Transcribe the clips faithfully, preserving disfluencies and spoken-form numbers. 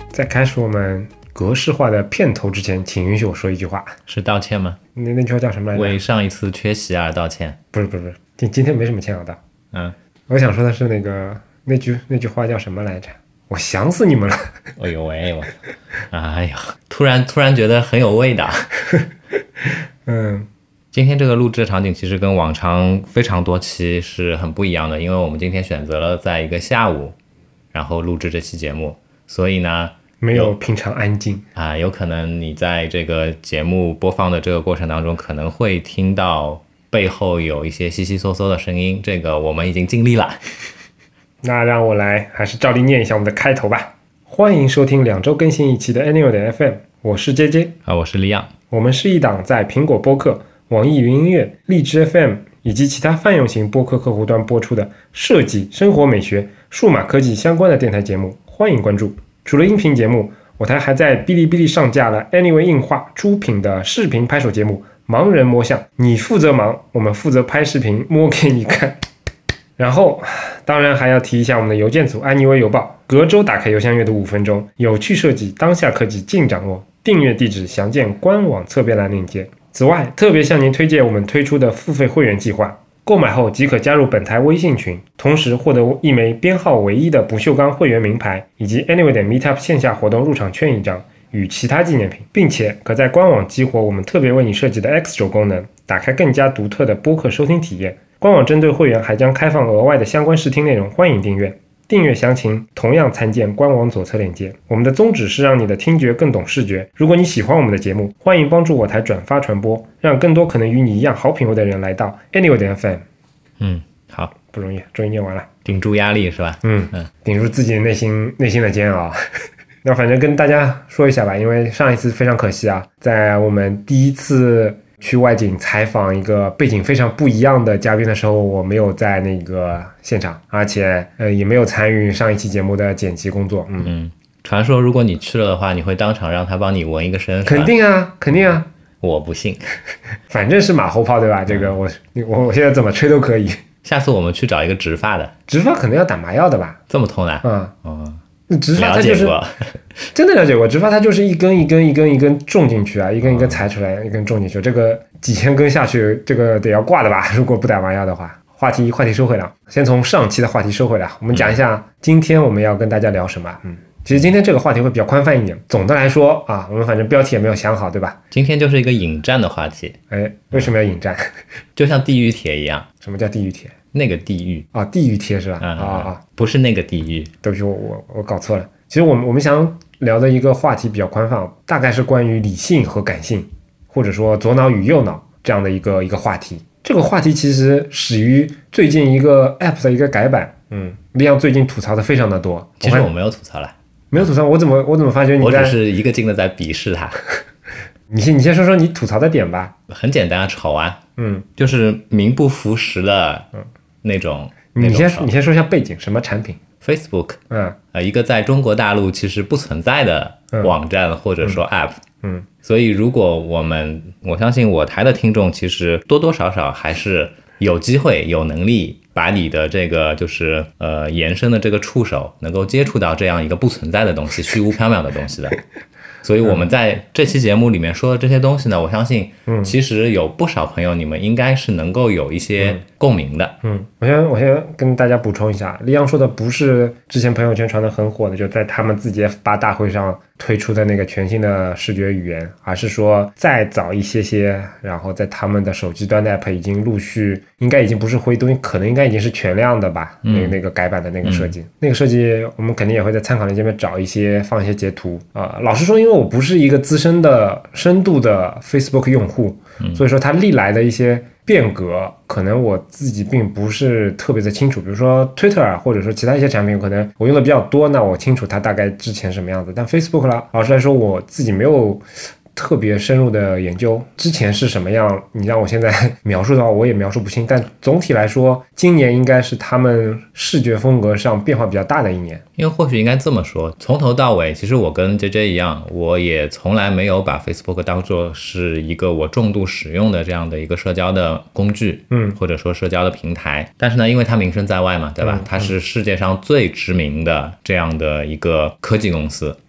在开始我们格式化的片头之前，请允许我说一句话。 是道歉吗？ 那那句话叫什么来着？ 为上一次缺席而道歉。 不是不是不是，今今天没什么欠好的。 嗯， 我想说的是那个那句那句话叫什么来着？我想死你们了。 哎呦喂，我，哎呀，突然突然觉得很有味道。 嗯， 今天这个录制场景其实跟往常非常多期是很不一样的，因为我们今天选择了在一个下午，然后录制这期节目，所以呢， 没有平常安静啊，有可能你在这个节目播放的这个过程当中，可能会听到背后有一些悉悉嗦嗦的声音，这个我们已经尽力了。 那让我来还是照例念一下我们的开头吧。欢迎收听两周更新一期的 Annual 的 F M， 我是 J J 啊，我是李昂。 我们是一档在苹果播客、网易云音乐、荔枝 F M 以及其他泛用型播客客户端播出的设计、生活美学、数码科技相关的电台节目，欢迎关注。除了音频节目，我台还在哔哩哔哩上架了 Anyway 映画出品的视频拍手节目《盲人摸象》，你负责忙，我们负责拍视频摸给你看。然后当然还要提一下我们的邮件组安妮微邮报，隔周打开邮箱阅读五分钟，有趣设计，当下科技尽掌握。订阅地址详见官网侧边栏链接。此外，特别向您推荐我们推出的付费会员计划，购买后即可加入本台微信群，同时获得一枚编号唯一的不锈钢会员名牌，以及 Anyway 点 Meetup 线下活动入场券一张与其他纪念品，并且可在官网激活我们特别为你设计的 X 轴功能，打开更加独特的播客收听体验。官网针对会员还将开放额外的相关试听内容，欢迎订阅。订阅详情同样参见官网左侧链接。我们的宗旨是让你的听觉更懂视觉。如果你喜欢我们的节目，欢迎帮助我台转发传播，让更多可能与你一样好品味的人来到 Anyway 的 F M。 嗯，好， 不容易，终于念完了。 顶住压力是吧？ 嗯嗯，顶住自己内心内心的煎熬。那反正跟大家说一下吧，因为上一次非常可惜啊，在我们第一次去外景采访一个背景非常不一样的嘉宾的时候，我没有在那个现场，而且呃也没有参与上一期节目的剪辑工作。嗯嗯，传说如果你去了的话，你会当场让他帮你纹一个身？ 肯定啊，肯定啊， 我不信。 反正是马后炮对吧？这个我我我现在怎么吹都可以。 下次我们去找一个植发的。 植发可能要打麻药的吧？ 这么痛啊？ 嗯哦。 植发它就是真的了解过，植发它就是一根一根一根一根种进去啊，一根一根裁出来，一根种进去，这个几千根下去，这个得要挂的吧？如果不打麻药的话。话题话题收回来，先从上期的话题收回来，我们讲一下今天我们要跟大家聊什么。嗯，其实今天这个话题会比较宽泛一点。总的来说啊，我们反正标题也没有想好，对吧？ 今天就是一个引战的话题。 哎，为什么要引战？ 就像地狱帖一样。 什么叫地狱帖？ 那个地狱啊，地狱帖是吧？ 嗯、 啊啊， 不是那个地狱。 对不起，我我我搞错了。其实我们我们想聊的一个话题比较宽泛，大概是关于理性和感性，或者说左脑与右脑这样的一个一个话题。这个话题其实始于最近一个 app 的一个改版。嗯，李阳最近吐槽的非常的多。 其实我没有吐槽了， 没有吐槽，我怎么我怎么发觉你在？ 我只是一个劲的在鄙视他。 你先你先说说你吐槽的点吧。 很简单啊，丑啊， 嗯， 就是名不符实的那种。 嗯、你先你先说一下背景，什么产品 ？Facebook， 嗯， 呃，一个在中国大陆其实不存在的网站或者说 App， 嗯，嗯所以如果我们，我相信我台的听众其实多多少少还是有机会、有能力把你的这个就是呃延伸的这个触手能够接触到这样一个不存在的东西、虚无缥缈的东西的。所以我们在这期节目里面说的这些东西呢，我相信其实有不少朋友你们应该是能够有一些共鸣的。 嗯，嗯我先我先跟大家补充一下，李阳说的不是之前朋友圈传的很火的，就在他们自己 F 八大会上推出的那个全新的视觉语言，而是说再早一些些，然后在他们的手机端的 app 已经陆续，应该已经不是灰度，可能应该已经是全亮的吧。嗯、那个那个改版的那个设计、嗯、那个设计我们肯定也会在参考链接里面找一些放一些截图啊、呃。老实说，因为我不是一个资深的深度的 Facebook 用户、嗯、所以说它历来的一些变革可能我自己并不是特别的清楚，比如说 Twitter 啊，或者说其他一些产品可能我用的比较多，那我清楚它大概之前什么样子，但 Facebook 啦，老实来说我自己没有特别深入的研究之前是什么样，你让我现在描述的话我也描述不清，但总体来说今年应该是他们视觉风格上变化比较大的一年。 因为或许应该这么说，从头到尾其实我跟 J J 一样，我也从来没有把 Facebook 当作是一个我重度使用的这样的一个社交的工具，嗯，或者说社交的平台。但是呢，因为它名声在外嘛，对吧、嗯、它是世界上最知名的这样的一个科技公司，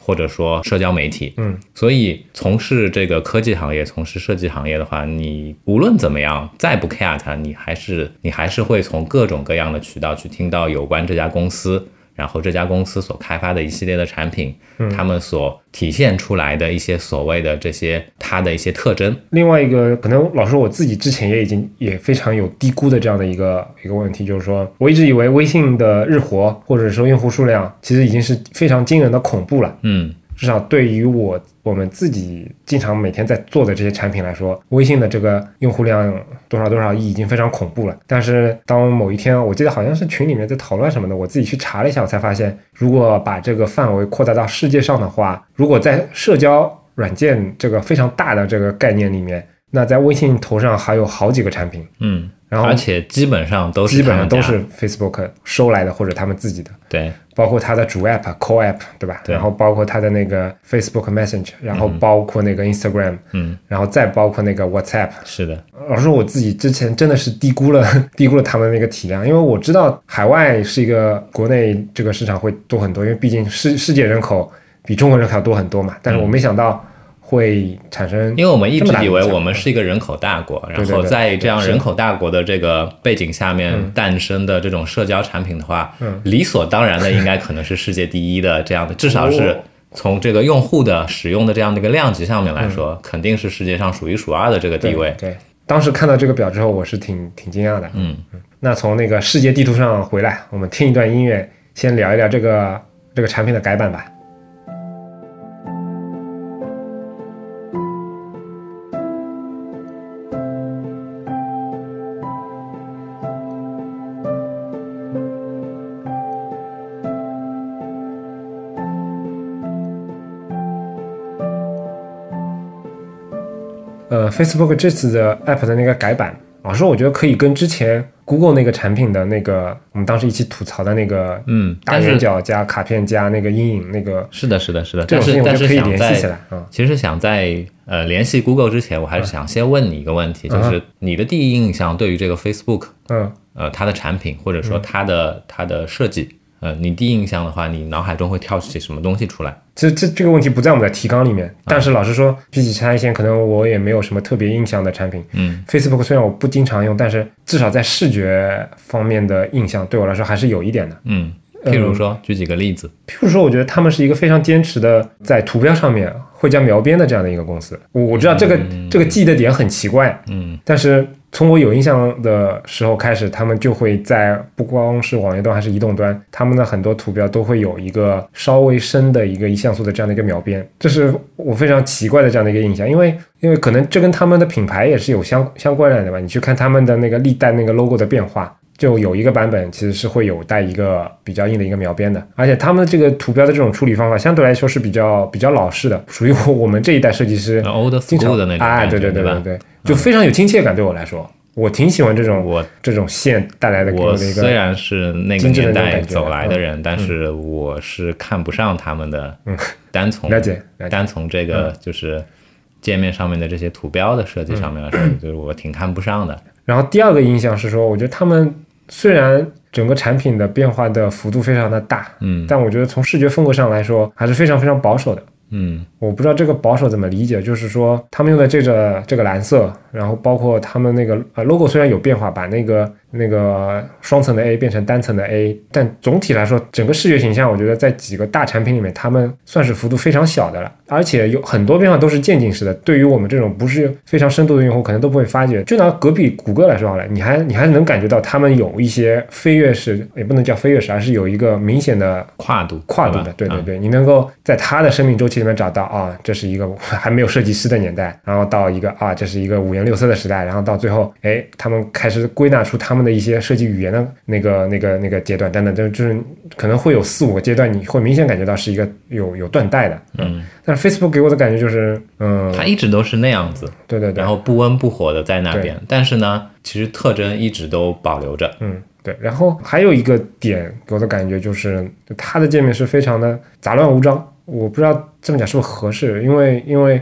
或者说社交媒体。 嗯， 所以从事这个科技行业，从事设计行业的话，你无论怎么样，再不 care 它，你还是你还是会从各种各样的渠道去听到有关这家公司，然后这家公司所开发的一系列的产品，嗯，他们所体现出来的一些所谓的这些它的一些特征。 另外一个可能老实说我自己之前也已经也非常有低估的这样的一个一个问题，就是说我一直以为微信的日活或者说用户数量其实已经是非常惊人的恐怖了。 嗯， 至少对于我我们自己经常每天在做的这些产品来说，微信的这个用户量多少多少亿已经非常恐怖了。但是当某一天我记得好像是群里面在讨论什么的，我自己去查了一下，我才发现如果把这个范围扩大到世界上的话，如果在社交软件这个非常大的这个概念里面，那在微信头上还有好几个产品。 嗯， 然后而且基本上都是基本上都是 Facebook 收来的或者他们自己的。 对， 包括它的主 app core app 对吧？ 对， 然后包括它的那个 Facebook Messenger， 然后包括那个 Instagram， 嗯， 然后再包括那个 WhatsApp。 是的， 老实说我自己之前真的是低估了低估了他们那个体量，因为我知道海外是一个国内这个市场会多很多，因为毕竟世世界人口比中国人口要多很多嘛，但是我没想到会产生， 因为我们一直以为我们是一个人口大国，然后在这样人口大国的这个背景下面诞生的这种社交产品的话，嗯，理所当然的应该可能是世界第一的这样的，至少是从这个用户的使用的这样的一个量级上面来说，嗯，肯定是世界上数一数二的这个地位。 对，对，当时看到这个表之后，我是挺挺惊讶的。 嗯， 那从那个世界地图上回来，我们听一段音乐，先聊一聊这个这个产品的改版吧。呃 ，Facebook 这次的 App 的那个改版，老实说，我觉得可以跟之前 Google 那个产品的那个，我们当时一起吐槽的那个， 嗯， 大圆角加卡片加那个阴影那个， 是的，是的，是的， 这种事情我就可以联系起来。 嗯，其实想在呃联系 Google 之前，我还是想先问你一个问题，嗯，就是你的第一印象对于这个 Facebook， 嗯，呃，它的产品或者说它的，嗯，它的设计。呃，你第一印象的话，你脑海中会跳起什么东西出来？ 这这这个问题不在我们的提纲里面，但是老实说，比起其他一些，可能我也没有什么特别印象的产品。嗯 ，Facebook 虽然我不经常用，但是至少在视觉方面的印象对我来说还是有一点的。 嗯，譬如说，嗯，举几个例子。 譬如说，我觉得他们是一个非常坚持的在图标上面会加描边的这样的一个公司。我我知道这个，嗯，这个记忆的点很奇怪，嗯，但是从我有印象的时候开始，他们就会在不光是网页端还是移动端，他们的很多图标都会有一个稍微深的一个一像素的这样的一个描边，这是我非常奇怪的这样的一个印象，因为因为可能这跟他们的品牌也是有相相关联的吧。你去看他们的那个历代那个 logo 的变化，就有一个版本其实是会有带一个比较硬的一个描边的，而且他们的这个图标的这种处理方法相对来说是比较比较老式的，属于我们这一代设计师 old school 的那种啊，对对对对对，就非常有亲切感。对我来说，我挺喜欢这种我这种线带来的给我的一个。 我虽然是那个年代走来的人，但是我是看不上他们的。嗯，单从了解单从这个就是界面上面的这些图标的设计上面来说，嗯，就是我挺看不上的。 然后第二个印象是说，我觉得他们虽然整个产品的变化的幅度非常的大，嗯，但我觉得从视觉风格上来说还是非常非常保守的。嗯，我不知道这个保守怎么理解，就是说他们用的这个这个蓝色，然后包括他们那个呃 logo 虽然有变化，把那个那个双层的 A 变成单层的 A， 但总体来说整个视觉形象我觉得在几个大产品里面他们算是幅度非常小的了，而且有很多变化都是渐进式的，对于我们这种不是非常深度的用户可能都不会发觉。就拿隔壁谷歌来说好了，你还你还是能感觉到他们有一些飞跃式，也不能叫飞跃式，而是有一个明显的跨度跨度的，对对对，嗯，你能够在它的生命周期里面找到啊，这是一个还没有设计师的年代，然后到一个啊，这是一个五颜六色的时代，然后到最后，哎，他们开始归纳出他们的一些设计语言的那个、那个、那个阶段等等，就就是可能会有四五个阶段，你会明显感觉到是一个有有断代的，嗯。但是 Facebook 给我的感觉就是，嗯， 它一直都是那样子， 对对对， 然后不温不火的在那边，但是呢，其实特征一直都保留着， 嗯。对，然后还有一个点给我的感觉就是，它的界面是非常的杂乱无章。我不知道这么讲是不是合适，因为因为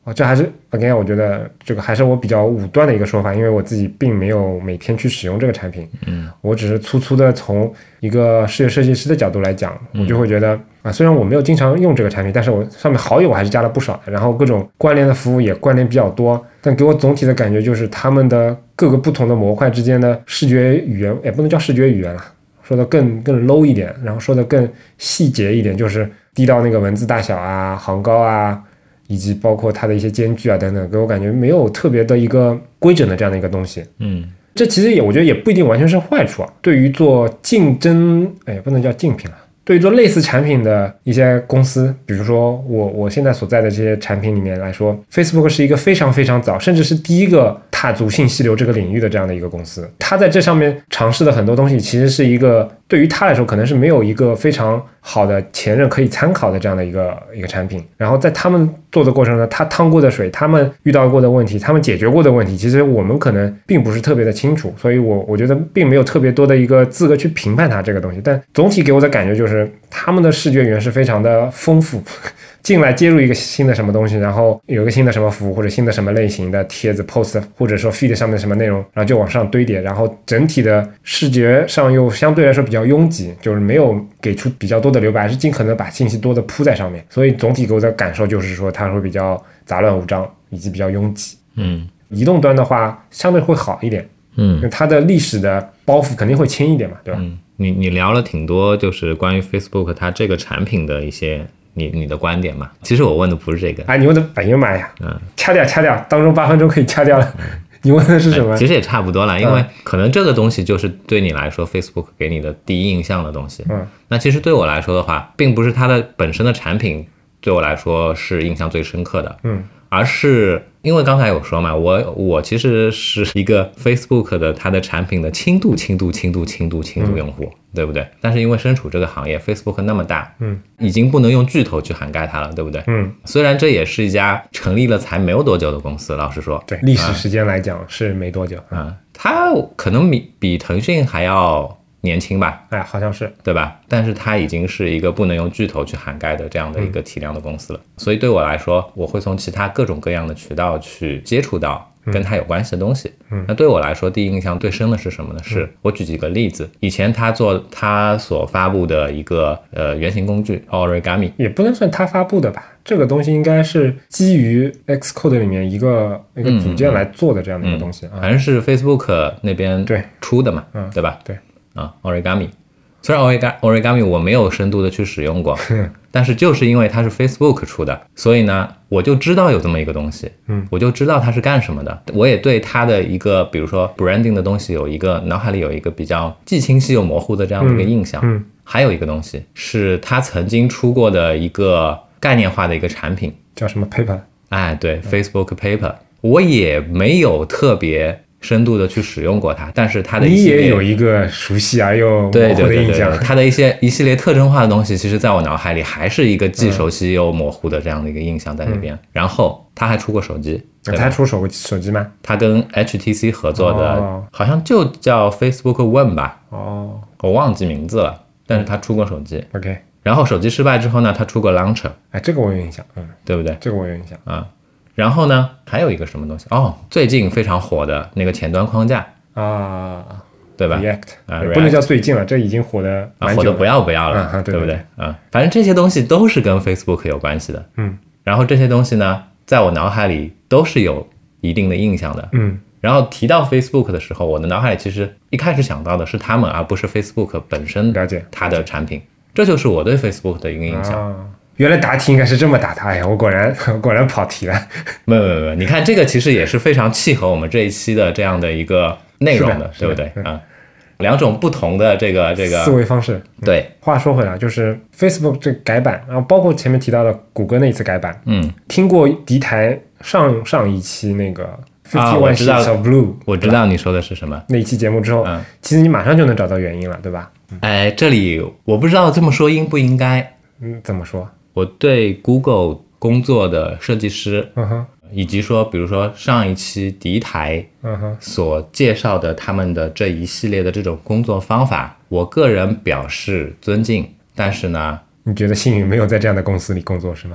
哦，这还是 again， 我觉得这个还是我比较武断的一个说法，因为我自己并没有每天去使用这个产品， 嗯， 我只是粗粗的从一个视觉设计师的角度来讲，我就会觉得啊，虽然我没有经常用这个产品，但是我上面好友我还是加了不少的，然后各种关联的服务也关联比较多，但给我总体的感觉就是他们的各个不同的模块之间的视觉语言，也不能叫视觉语言了，说的更更 low 一点，然后说的更细节一点，就是低到那个文字大小啊、行高啊。以及包括它的一些间距啊等等，给我感觉没有特别的一个规整的这样的一个东西。 嗯， 这其实也我觉得也不一定完全是坏处啊。对于做竞争，哎，不能叫竞品了。对于做类似产品的一些公司，比如说我我现在所在的这些产品里面来说 ，Facebook 是一个非常非常早，甚至是第一个踏足信息流这个领域的这样的一个公司。它在这上面尝试的很多东西，其实是一个对于它来说可能是没有一个非常好的前任可以参考的这样的一个一个产品。然后在他们做的过程中，他趟过的水，他们遇到过的问题，他们解决过的问题，其实我们可能并不是特别的清楚，所以我我觉得并没有特别多的一个资格去评判它这个东西。但总体给我的感觉就是他们的视觉语言是非常的丰富，进来接入一个新的什么东西，然后有一个新的什么服务或者新的什么类型的帖子 post 或者说 feed 上面的什么内容，然后就往上堆叠，然后整体的视觉上又相对来说比较拥挤，就是没有给出比较多的留白，还是尽可能把信息多的铺在上面，所以总体给我的感受就是说它会比较杂乱无章以及比较拥挤。 嗯， 移动端的话相对会好一点， 嗯， 因为它的历史的包袱肯定会轻一点嘛，对吧？ 嗯，你你聊了挺多，就是关于 Facebook 它这个产品的一些你你的观点嘛。其实我问的不是这个， 啊，你问的，哎呀妈呀， 嗯， 掐掉掐掉，当中八分钟可以掐掉了。你问的是什么？ 其实也差不多了，因为可能这个东西就是对你来说 Facebook 给你的第一印象的东西。 嗯， 那其实对我来说的话，并不是它的本身的产品对我来说是印象最深刻的。 嗯， 而是因为刚才有说嘛，我我其实是一个 Facebook 的它的产品的轻度轻度轻度轻度轻度用户，嗯，对不对？但是因为身处这个行业 Facebook 那么大， 嗯， 已经不能用巨头去涵盖它了，对不对？ 嗯， 虽然这也是一家成立了才没有多久的公司，老实说， 对历史时间来讲是没多久啊，嗯，它可能比比腾讯还要年轻吧， 哎，好像是， 对吧？但是它已经是一个不能用巨头去涵盖的这样的一个体量的公司了，嗯，所以对我来说，我会从其他各种各样的渠道去接触到跟它有关系的东西。嗯，那对我来说，第一印象最深的是什么呢？是，嗯，我举几个例子，以前他做他所发布的一个呃原型工具 Origami， 也不能算他发布的吧。这个东西应该是基于 Xcode 里面一个一个组件来做的这样的一个东西， 嗯嗯嗯，反正是 Facebook 那边出的嘛， 嗯， 对吧？ 对。 啊 ，Origami， 虽然 Origami 我没有深度的去使用过，但是就是因为它是 Facebook 出的，所以呢，我就知道有这么一个东西，嗯，我就知道它是干什么的，我也对它的一个，比如说 branding 的东西有一个脑海里有一个比较既清晰又模糊的这样的一个印象，嗯，嗯还有一个东西是它曾经出过的一个概念化的一个产品， 叫什么 Paper？ 哎，对，嗯，Facebook Paper， 我也没有特别深度的去使用过它，但是它的一系列你也有一个熟悉而又模糊的印象， 对对对对对，它的一些一系列特征化的东西，其实在我脑海里还是一个既熟悉又模糊的这样的一个印象在那边。嗯，然后它还出过手机， 它还出手手机吗？ 它跟 H T C 合作的，哦，好像就叫 Facebook One 吧， 哦， 我忘记名字了，但是它出过手机。 OK， 然后手机失败之后呢，它出过 Launcher， 哎，这个我有印象，嗯， 对不对？ 这个我有印象啊。然后呢，还有一个什么东西？哦，最近非常火的那个前端框架啊， 对吧 ？React 啊， 不能叫最近了，这已经火的蛮久了， 啊，火的不要不要了， 嗯，对不对？啊，反正这些东西都是跟 Facebook 有关系的， 嗯。 然后这些东西呢，在我脑海里都是有一定的印象的， 嗯。 然后提到 Facebook 的时候，我的脑海里其实一开始想到的是他们，而不是 Facebook 本身了解它的产品，这就是我对 Facebook 的一个印象。 啊，原来答题应该是这么答的，哎呀，我果然果然跑题了。 没有没有没有，你看这个其实也是非常契合我们这一期的这样的一个内容的，对不对啊？两种不同的这个这个思维方式。 对， 嗯，话说回来，就是 Facebook 这个改版，然后包括前面提到的谷歌那一次改版， 嗯， 听过敌台上上一期那个啊，我知道 Fifty One Shades of Blue， 我知道你说的是什么那一期节目之后， 嗯， 其实你马上就能找到原因了，对吧？ 哎，这里我不知道这么说应不应该。 嗯，怎么说？ 我对 Google 工作的设计师， 嗯哼， 以及说，比如说上一期敌台， 嗯哼， 所介绍的他们的这一系列的这种工作方法，我个人表示尊敬。但是呢， 你觉得幸运没有在这样的公司里工作是吗？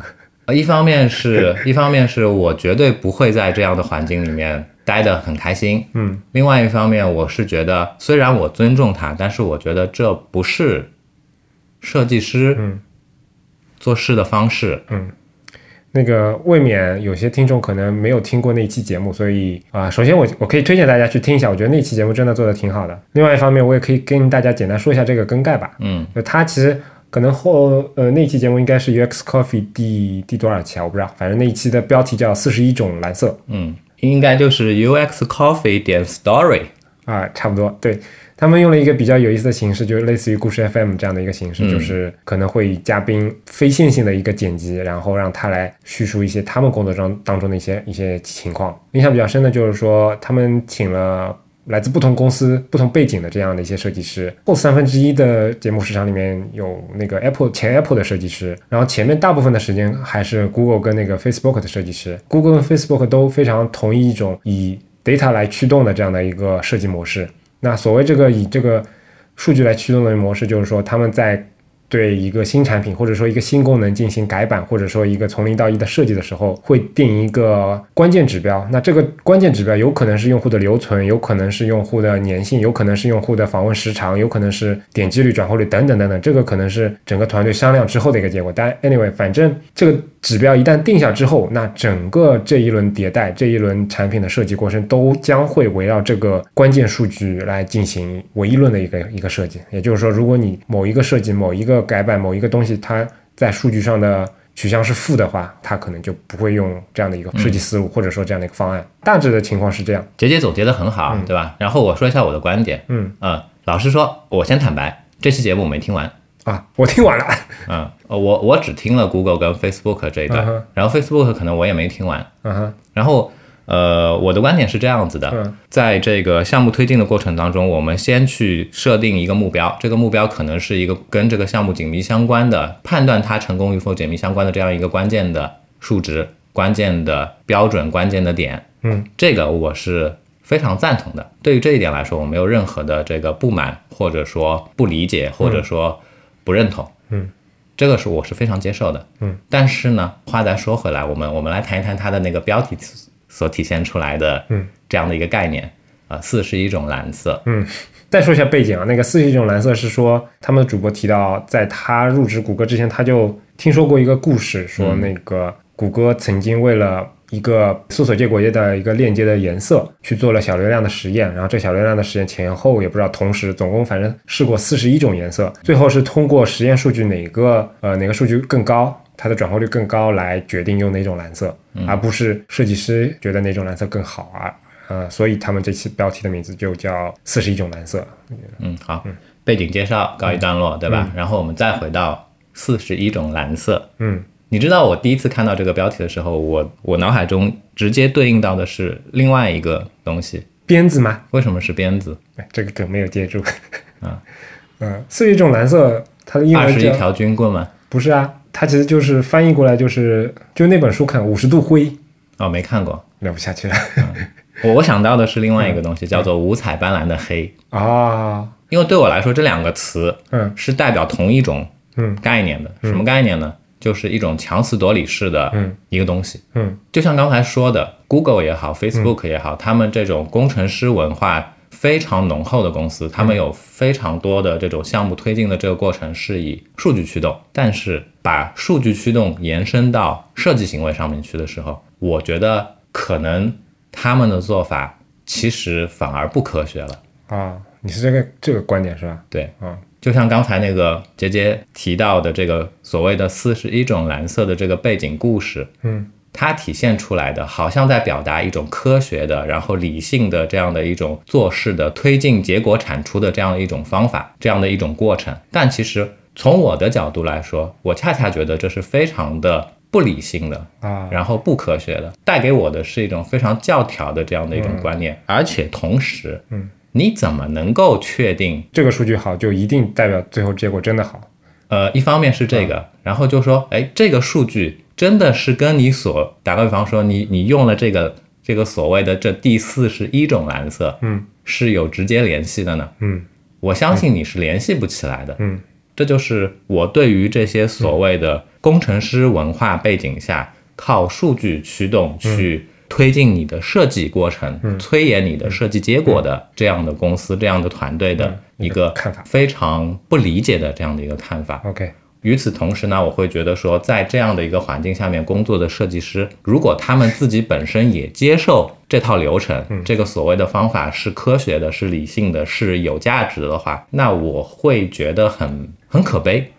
呃，一方面是一方面是我绝对不会在这样的环境里面待得很开心， 嗯， 另外一方面我是觉得，虽然我尊重他，但是我觉得这不是设计师做事的方式， 嗯。那个未免有些听众可能没有听过那一期节目，所以啊、呃，首先我我可以推荐大家去听一下，我觉得那期节目真的做得挺好的。另外一方面，我也可以跟大家简单说一下这个更改吧。 嗯， 它其实可能后呃那期节目应该是 U X Coffee 第第多少期啊？我不知道，反正那一期的标题叫四十一种蓝色。 嗯，应该就是 U X Coffee 点 Story 啊，差不多对。他们用了一个比较有意思的形式，就是类似于故事 F M 这样的一个形式、嗯、就是可能会以嘉宾非线性的一个剪辑，然后让他来叙述一些他们工作中当中的一些一些情况。印象比较深的就是说他们请了来自不同公司不同背景的这样的一些设计师，后三分之一的节目时长里面有那个 Apple 前 Apple 的设计师，然后前面大部分的时间还是 Google 跟那个 Facebook 的设计师。 Google 跟 Facebook 都非常同意一种以 data 来驱动的这样的一个设计模式。那所谓这个以这个数据来驱动的模式，就是说他们在对一个新产品或者说一个新功能进行改版，或者说一个从零到一的设计的时候，会定一个关键指标。那这个关键指标有可能是用户的留存，有可能是用户的粘性，有可能是用户的访问时长，有可能是点击率、转化率等等等等，这个可能是整个团队商量之后的一个结果。但 anyway 反正这个指标一旦定下之后，那整个这一轮迭代，这一轮产品的设计过程都将会围绕这个关键数据来进行唯一论的一个一个设计。也就是说，如果你某一个设计某一个改版某一个东西它在数据上的取向是负的话，它可能就不会用这样的一个设计思路、嗯、或者说这样的一个方案。大致的情况是这样。 杰杰总结得很好、嗯、对吧？然后我说一下我的观点。 嗯呃，老实说我先坦白，这期节目我没听完啊，我听完了。 嗯，我我只听了 Google 跟 Facebook 这一段、uh-huh. 然后 Facebook 可能我也没听完。 uh-huh. 然后呃，我的观点是这样子的、 嗯、 在这个项目推进的过程当中，我们先去设定一个目标，这个目标可能是一个跟这个项目紧密相关的，判断它成功与否紧密相关的这样一个关键的数值、关键的标准、关键的点。 嗯， 这个我是非常赞同的。对于这一点来说，我没有任何的这个不满，或者说不理解，或者说不认同。 嗯， 这个是我是非常接受的。 嗯， 但是呢，话再说回来，我们我们来谈一谈它的那个标题所体现出来的这样的一个概念啊、呃，四十一种蓝色。 嗯，再说一下背景啊，那个四十一种蓝色是说他们的主播提到，在他入职谷歌之前，他就听说过一个故事，说那个谷歌曾经为了一个搜索结果页的一个链接的颜色去做了小流量的实验，然后这小流量的实验前后也不知道同时总共反正试过四十一种颜色，最后是通过实验数据哪个呃哪个数据更高，它的转化率更高来决定用哪种蓝色、嗯、而不是设计师觉得哪种蓝色更好啊。呃，所以他们这期标题的名字就叫四十一种蓝色。 嗯，好，嗯、背景介绍告一段落、嗯、对吧、嗯、然后我们再回到四十一种蓝色。 嗯， 你知道我第一次看到这个标题的时候，我我脑海中直接对应到的是另外一个东西， 鞭子吗？ 为什么是鞭子？ 这个梗没有接住。 啊， 嗯，四十一种蓝色，它的英文叫二十一条军棍吗？ 不是啊，它其实就是翻译过来就是就那本书看五十度灰。 哦，没看过， 聊不下去了。 嗯、我我想到的是另外一个东西，嗯、叫做五彩斑斓的黑啊、哦， 因为对我来说这两个词嗯是代表同一种嗯概念的、 嗯、 什么概念呢？就是一种强词夺理式的一个东西。 嗯， 就像刚才说的 Google 也好 Facebook 也好、嗯、他们这种工程师文化非常浓厚的公司，他们有非常多的这种项目推进的这个过程是以数据驱动，但是把数据驱动延伸到设计行为上面去的时候，我觉得可能他们的做法其实反而不科学了啊。你是这个这个观点是吧？ 对啊， 就像刚才那个杰杰提到的这个所谓的四十一种蓝色的这个背景故事， 嗯， 它体现出来的好像在表达一种科学的然后理性的这样的一种做事的推进结果产出的这样的一种方法，这样的一种过程，但其实从我的角度来说，我恰恰觉得这是非常的不理性的啊， 然后不科学的，带给我的是一种非常教条的这样的一种观念、嗯、而且同时嗯， 你怎么能够确定这个数据好就一定代表最后结果真的好？ 呃，一方面是这个、嗯、然后就说哎，这个数据真的是跟你所打个比方说你你用了这个这个所谓的这第四十一种蓝色嗯， 是有直接联系的呢？ 嗯， 我相信你是联系不起来的。 嗯， 这就是我对于这些所谓的工程师文化背景下靠数据驱动去推进你的设计过程、嗯、催延你的设计结果的这样的公司、嗯、这样的团队的一个非常不理解的这样的一个看法。 OK， 与此同时呢，我会觉得说在这样的一个环境下面工作的设计师，如果他们自己本身也接受这套流程、嗯、这个所谓的方法是科学的、是理性的、是有价值的话，那我会觉得很很可悲。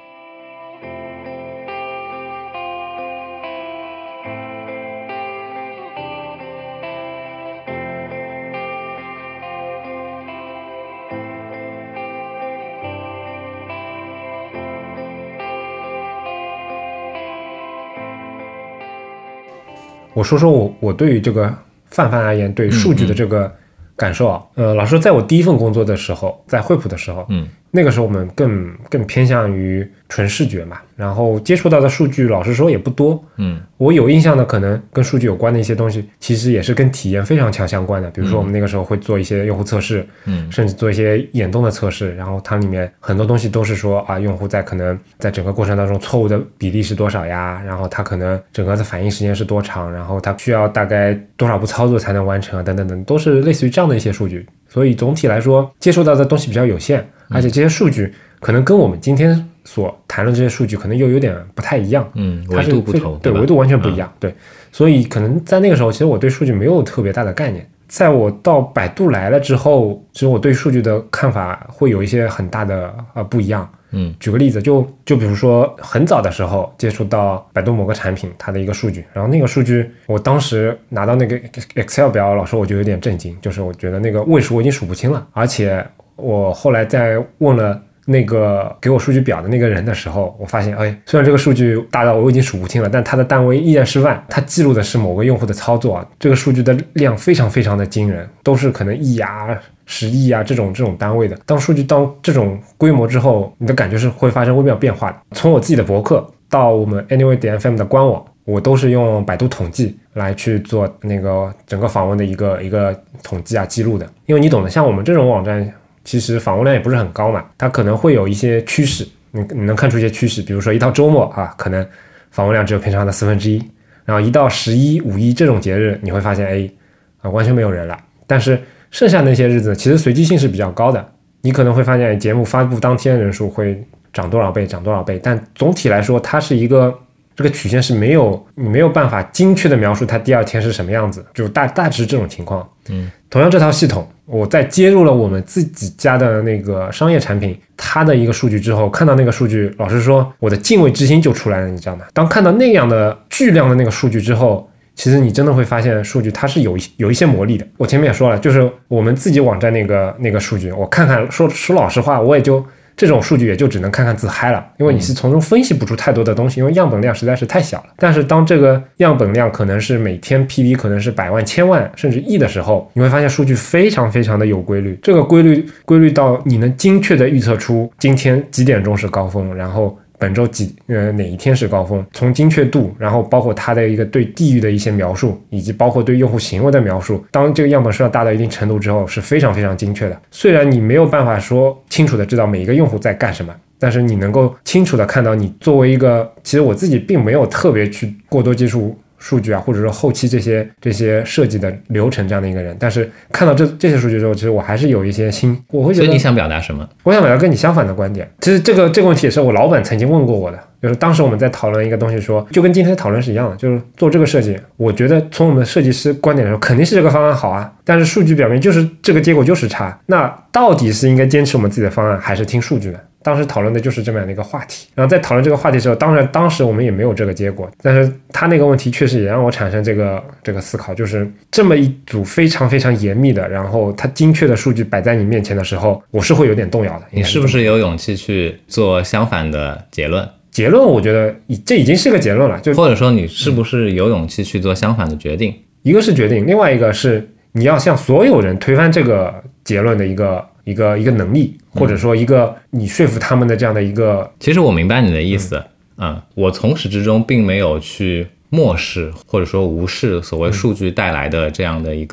我说说我我对于这个泛泛而言对数据的这个感受啊，嗯嗯呃，老实说，在我第一份工作的时候，在惠普的时候，嗯，那个时候我们更更偏向于纯视觉嘛，然后接触到的数据，老实说也不多，嗯，我有印象的可能跟数据有关的一些东西，其实也是跟体验非常强相关的，比如说我们那个时候会做一些用户测试，嗯，甚至做一些眼动的测试，然后它里面很多东西都是说啊，用户在可能在整个过程当中错误的比例是多少呀，然后它可能整个的反应时间是多长，然后它需要大概多少步操作才能完成啊，等等等，都是类似于这样的一些数据。所以总体来说接触到的东西比较有限，而且这些数据可能跟我们今天所谈论这些数据可能又有点不太一样， 嗯，维度不同， 对，维度完全不一样，嗯，对，所以可能在那个时候其实我对数据没有特别大的概念。在我到百度来了之后，其实我对数据的看法会有一些很大的呃不一样。嗯，举个例子，就就比如说很早的时候接触到百度某个产品它的一个数据，然后那个数据我当时拿到那个 Excel 表，老师我就有点震惊，就是我觉得那个位数我已经数不清了，而且我后来在问了那个给我数据表的那个人的时候，我发现哎，虽然这个数据大到我已经数不清了，但它的单位依然是万，它记录的是某个用户的操作啊，这个数据的量非常非常的惊人，都是可能亿啊十亿啊这种这种单位的。当数据到这种规模之后，你的感觉是会发生微妙变化的。从我自己的博客到我们 anyway 点 F M 的官网，我都是用百度统计来去做那个整个访问的一个一个统计啊记录的。因为你懂的，像我们这种网站其实访问量也不是很高嘛，它可能会有一些趋势，你你能看出一些趋势，比如说一到周末啊，可能访问量只有平常的四分之一，然后一到十一、五一这种节日，你会发现哎啊完全没有人了。但是剩下那些日子其实随机性是比较高的，你可能会发现节目发布当天人数会涨多少倍涨多少倍，但总体来说它是一个这个曲线是没有你没有办法精确的描述它第二天是什么样子，就大大致这种情况。嗯，同样这套系统我在接入了我们自己家的那个商业产品它的一个数据之后，看到那个数据，老实说我的敬畏之心就出来了，你知道吗？当看到那样的巨量的那个数据之后，其实你真的会发现数据它是有有一些魔力的。我前面也说了，就是我们自己网站那个那个数据，我看看说说老实话，我也就这种数据也就只能看看自嗨了，因为你是从中分析不出太多的东西，因为样本量实在是太小了。但是当这个样本量可能是每天 P V 可能是百万、千万甚至亿的时候，你会发现数据非常非常的有规律，这个规律规律到你能精确的预测出今天几点钟是高峰，然后本周几呃哪一天是高峰，从精确度，然后包括它的一个对地域的一些描述，以及包括对用户行为的描述，当这个样本数量大到一定程度之后是非常非常精确的。虽然你没有办法说清楚的知道每一个用户在干什么，但是你能够清楚的看到，你作为一个其实我自己并没有特别去过多接触数据啊，或者说后期这些这些设计的流程这样的一个人，但是看到这这些数据之后，其实我还是有一些心，我会觉得。 所以你想表达什么？ 我想表达跟你相反的观点。其实这个这个问题也是我老板曾经问过我的，就是当时我们在讨论一个东西说，就跟今天的讨论是一样的，就是做这个设计，我觉得从我们的设计师观点来说，肯定是这个方案好啊，但是数据表明就是这个结果就是差，那到底是应该坚持我们自己的方案，还是听数据呢？当时讨论的就是这么样的一个话题，然后在讨论这个话题的时候，当然当时我们也没有这个结果，但是他那个问题确实也让我产生这个这个思考，就是这么一组非常非常严密的，然后它精确的数据摆在你面前的时候，我是会有点动摇的。 你是不是有勇气去做相反的结论？ 结论我觉得这已经是个结论了，就或者说你是不是有勇气去做相反的决定？ 一个是决定，另外一个是你要向所有人推翻这个结论的一个一个一个能力，或者说一个你说服他们的这样的一个。 其实我明白你的意思啊、嗯嗯，我从始至终并没有去漠视或者说无视所谓数据带来的这样的一个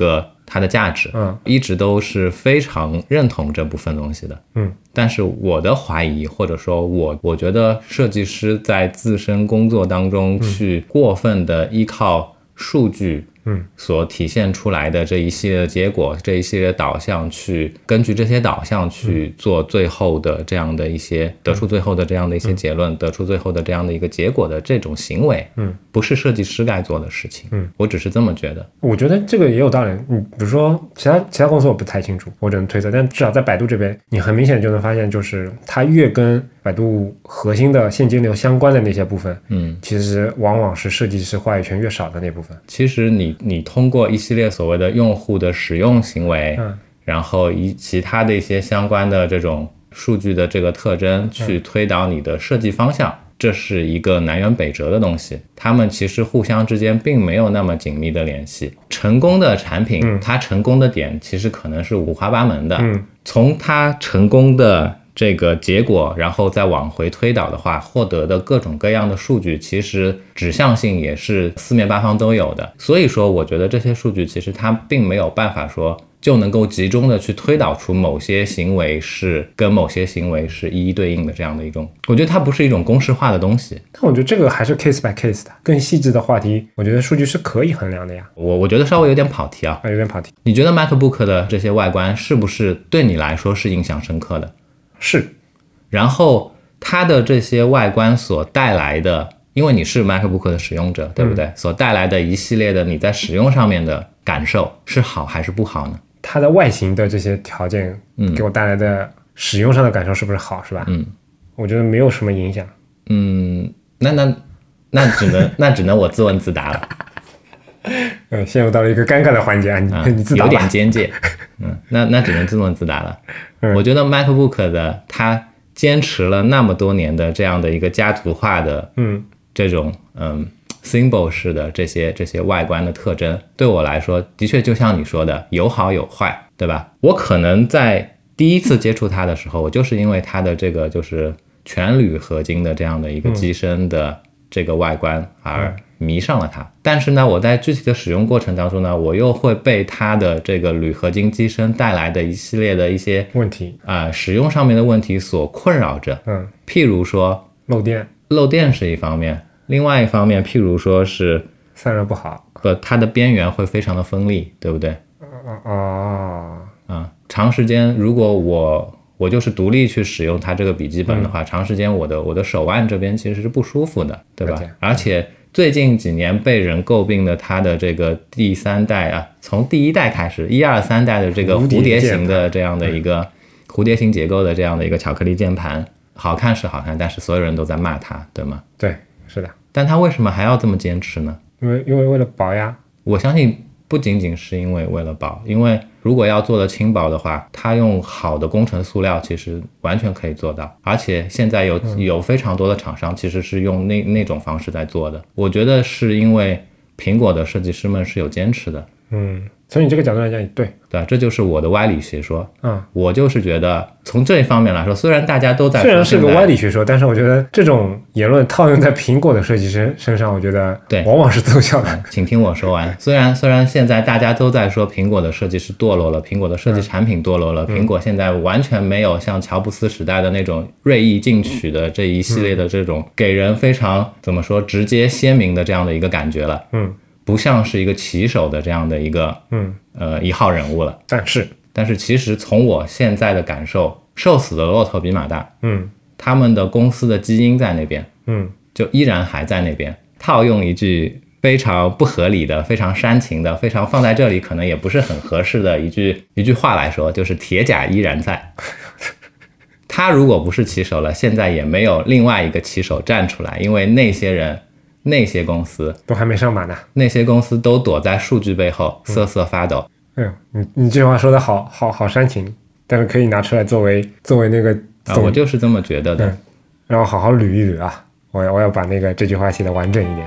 它的价值， 嗯， 一直都是非常认同这部分东西的， 嗯。 但是我的怀疑，或者说我我觉得设计师在自身工作当中去过分的依靠数据，嗯，所体现出来的这一系列的结果，这一系列导向，去根据这些导向去做最后的这样的一些，得出最后的这样的一些结论，得出最后的这样的一个结果的这种行为，嗯，不是设计师该做的事情，嗯，我只是这么觉得。 我觉得这个也有道理，嗯，比如说其他其他公司我不太清楚，我只能推测，但至少在百度这边，你很明显就能发现，就是它越跟百度核心的现金流相关的那些部分，嗯，其实往往是设计师话语权越少的那部分。 其实你你通过一系列所谓的用户的使用行为，嗯，然后以其他的一些相关的这种数据的这个特征去推导你的设计方向，嗯，这是一个南辕北辙的东西，他们其实互相之间并没有那么紧密的联系。成功的产品，嗯，它成功的点其实可能是五花八门的，嗯，从它成功的这个结果，然后再往回推导的话，获得的各种各样的数据，其实指向性也是四面八方都有的。所以说，我觉得这些数据其实它并没有办法说就能够集中的去推导出某些行为是跟某些行为是一一对应的这样的一种，我觉得它不是一种公式化的东西。 但我觉得这个还是 case by case 的，更细致的话题，我觉得数据是可以衡量的呀。 我我觉得稍微有点跑题啊， 啊，有点跑题。 你觉得 MacBook 的这些外观是不是对你来说是印象深刻的？ 是。 然后它的这些外观所带来的，因为你是 MacBook 的使用者，对不对？嗯，所带来的一系列的你在使用上面的感受是好还是不好呢？ 它的外形的这些条件给我带来的使用上的感受是不是好，是吧？嗯，我觉得没有什么影响。 嗯，那那那只能那只能我自问自答了。 嗯，陷入到了一个尴尬的环节啊，你、嗯、你自答吧。 有点边界。嗯，那那只能自问自答了。嗯，我觉得 MacBook 的它坚持了那么多年的这样的一个家族化的，嗯，这种嗯 symbol 式的这些这些外观的特征，对我来说，的确就像你说的，有好有坏，对吧？我可能在第一次接触它的时候，我就是因为它的这个就是全铝合金的这样的一个机身的这个外观而迷上了它，但是呢，我在具体的使用过程当中呢，我又会被它的这个铝合金机身带来的一系列的一些问题啊、呃，使用上面的问题所困扰着。嗯，譬如说漏电， 漏电是一方面，另外一方面，譬如说是散热不好， 和它的边缘会非常的锋利，对不对？ 啊啊啊！长时间如果我我就是独立去使用它这个笔记本的话，嗯、长时间我的我的手腕这边其实是不舒服的，对吧？而且最近几年被人诟病的它的这个第三代啊，从第一代开始，一二三代的这个蝴蝶形的这样的一个蝴蝶形结构的这样的一个巧克力键盘，好看是好看，但是所有人都在骂它，对吗？ 对，是的。 但它为什么还要这么坚持呢？ 因为因为为了薄呀。 我相信不仅仅是因为为了薄，因为如果要做的轻薄的话，它用好的工程塑料其实完全可以做到，而且现在有有非常多的厂商其实是用那那种方式在做的。我觉得是因为苹果的设计师们是有坚持的。 嗯，从你这个角度来讲也对， 对，这就是我的歪理邪说。嗯，我就是觉得从这一方面来说，虽然大家都在说虽然是个歪理邪说，但是我觉得这种言论套用在苹果的设计师身上，我觉得对往往是奏效的。 嗯、请听我说完。虽然虽然现在大家都在说苹果的设计师堕落了，苹果的设计产品堕落了，嗯、苹果现在完全没有像乔布斯时代的那种锐意进取的这一系列的这种给人非常怎么说直接鲜明的这样的一个感觉了。嗯。不像是一个旗手的这样的一个嗯呃一号人物了， 但是但是其实从我现在的感受，瘦死的骆驼比马大，嗯，他们的公司的基因在那边，嗯，就依然还在那边。套用一句非常不合理的、非常煽情的、非常放在这里可能也不是很合适的一句一句话来说，就是铁甲依然在。他如果不是旗手了，现在也没有另外一个旗手站出来，因为那些人。那些公司都还没上马呢， 那些公司都躲在数据背后瑟瑟发抖。 嗯，哎呦，你你这句话说的好好好煽情，但是可以拿出来作为作为那个啊，我就是这么觉得的。 嗯、让我好好捋一捋啊，我要我要把那个这句话写的完整一点。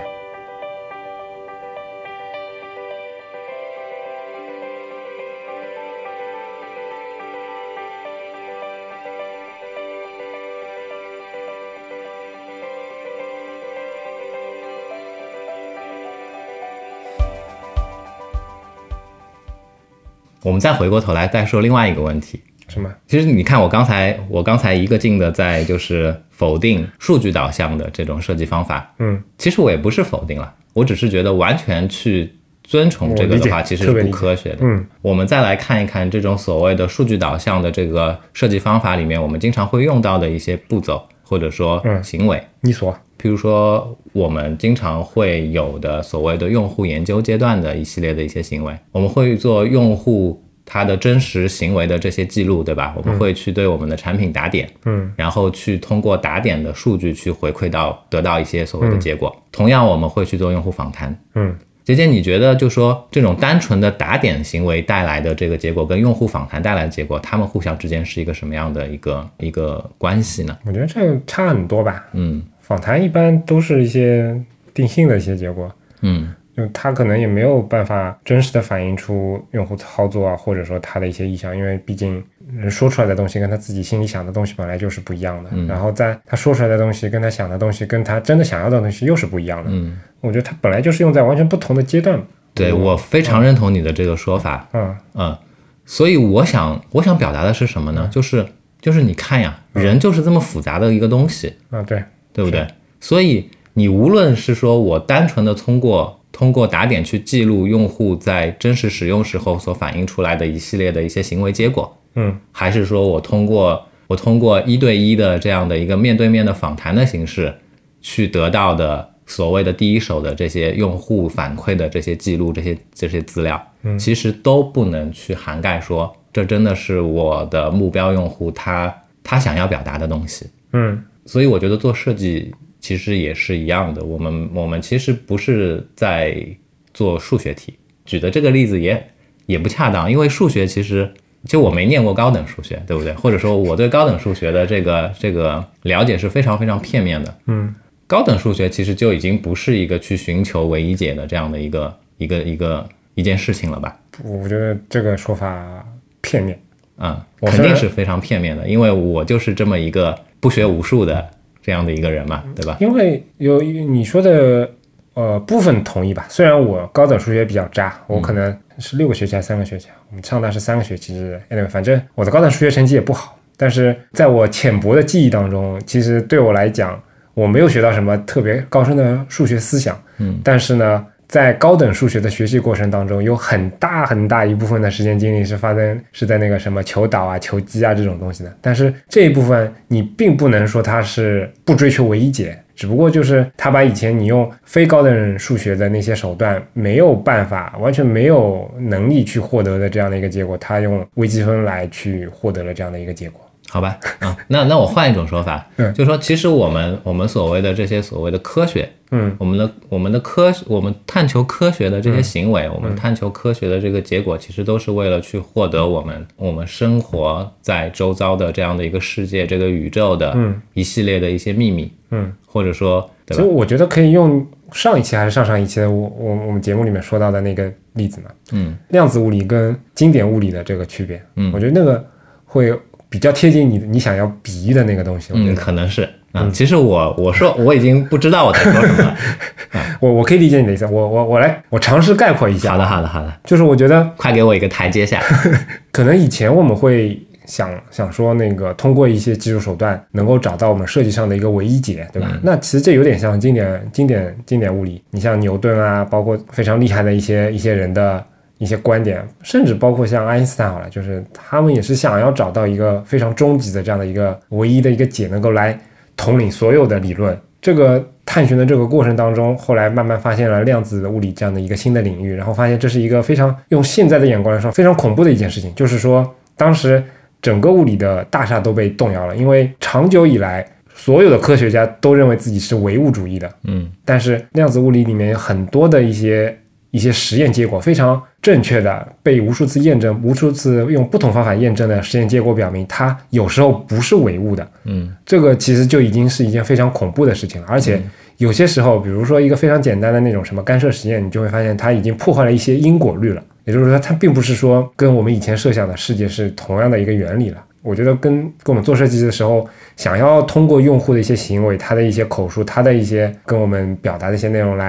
我们再回过头来再说另外一个问题。 什么？ 其实你看我刚才我刚才一个劲的在就是否定数据导向的这种设计方法， 嗯， 其实我也不是否定了，我只是觉得完全去遵从这个的话其实是不科学的。 嗯， 我们再来看一看这种所谓的数据导向的这个设计方法里面，我们经常会用到的一些步骤或者说行为。 嗯、你所， 譬如说我们经常会有的所谓的用户研究阶段的一系列的一些行为，我们会做用户他的真实行为的这些记录，对吧？我们会去对我们的产品打点， 嗯， 然后去通过打点的数据去回馈到得到一些所谓的结果。嗯、同样我们会去做用户访谈。 嗯， 杰杰，你觉得就说这种单纯的打点行为带来的这个结果跟用户访谈带来的结果，他们互相之间是一个什么样的一个一个关系呢？ 我觉得这个差很多吧。 嗯， 访谈一般都是一些定性的一些结果。 嗯。 就他可能也没有办法真实的反映出用户操作啊，或者说他的一些意向，因为毕竟人说出来的东西跟他自己心里想的东西本来就是不一样的， 嗯、 然后在他说出来的东西跟他想的东西跟他真的想要的东西又是不一样的。 嗯， 我觉得他本来就是用在完全不同的阶段。 对，我非常认同你的这个说法。 嗯嗯，所以我想我想表达的是什么呢？嗯、就是就是你看呀，人就是这么复杂的一个东西。 啊、嗯，对， 对不对？所以你无论是说我单纯的通过通过打点去记录用户在真实使用时候所反映出来的一系列的一些行为结果， 嗯， 还是说我通过我通过一对一的这样的一个面对面的访谈的形式去得到的所谓的第一手的这些用户反馈的这些记录，这些这些资料， 嗯， 其实都不能去涵盖说这真的是我的目标用户他他想要表达的东西。 嗯， 所以我觉得做设计其实也是一样的，我们我们其实不是在做数学题，举的这个例子也也不恰当，因为数学其实就我没念过高等数学，对不对？或者说我对高等数学的这个这个了解是非常非常片面的。 嗯， 高等数学其实就已经不是一个去寻求唯一解的这样的一个一个一个一件事情了吧？ 我觉得这个说法片面。 嗯，肯定是非常片面的，因为我就是这么一个不学无术的这样的一个人嘛，对吧？ 因为有你说的呃部分同意吧，虽然我高等数学比较渣，我可能是六个学期还是三个学期，我们上大是三个学期之类的， anyway, 反正我的高等数学成绩也不好，但是在我浅薄的记忆当中，其实对我来讲我没有学到什么特别高深的数学思想， 嗯， 但是呢在高等数学的学习过程当中，有很大很大一部分的时间精力是发生是在那个什么求导啊、求机啊这种东西的。但是这一部分你并不能说它是不追求唯一解，只不过就是他把以前你用非高等数学的那些手段没有办法、完全没有能力去获得的这样的一个结果，他用微积分来去获得了这样的一个结果。 好吧，啊，那那我换一种说法， 嗯， 就是说，其实我们我们所谓的这些所谓的科学， 嗯， 我们的我们的科我们探求科学的这些行为， 嗯、 我们探求科学的这个结果，其实都是为了去获得我们我们生活在周遭的这样的一个世界，这个宇宙的一系列的一些秘密， 嗯， 或者说，对吧？ 所以我觉得可以用上一期还是上上一期的我我我们节目里面说到的那个例子嘛， 嗯， 量子物理跟经典物理的这个区别， 嗯， 我觉得那个会比较贴近你你想要比喻的那个东西。 嗯，可能是啊、嗯。其实我我说我已经不知道我在说什么了。 啊、我我可以理解你的意思，我我我来我尝试概括一下。 好的好的好的， 就是我觉得快给我一个台阶下。 可能以前我们会想想说那个通过一些技术手段能够找到我们设计上的一个唯一解，对吧？嗯、那其实这有点像经典经典经典物理，你像牛顿啊，包括非常厉害的一些一些人的一些观点，甚至包括像爱因斯坦好了，就是他们也是想要找到一个非常终极的这样的一个唯一的一个解，能够来统领所有的理论。这个探寻的这个过程当中，后来慢慢发现了量子物理这样的一个新的领域，然后发现这是一个非常用现在的眼光来说非常恐怖的一件事情，就是说当时整个物理的大厦都被动摇了，因为长久以来所有的科学家都认为自己是唯物主义的， 嗯， 但是量子物理里面有很多的一些一些实验结果非常正确的，被无数次验证，无数次用不同方法验证的实验结果表明，它有时候不是唯物的。 嗯， 这个其实就已经是一件非常恐怖的事情了。而且有些时候，比如说一个非常简单的那种什么干涉实验，你就会发现它已经破坏了一些因果律了。也就是说，它并不是说跟我们以前设想的世界是同样的一个原理了。我觉得跟跟我们做设计的时候，想要通过用户的一些行为，他的一些口述，他的一些跟我们表达的一些内容来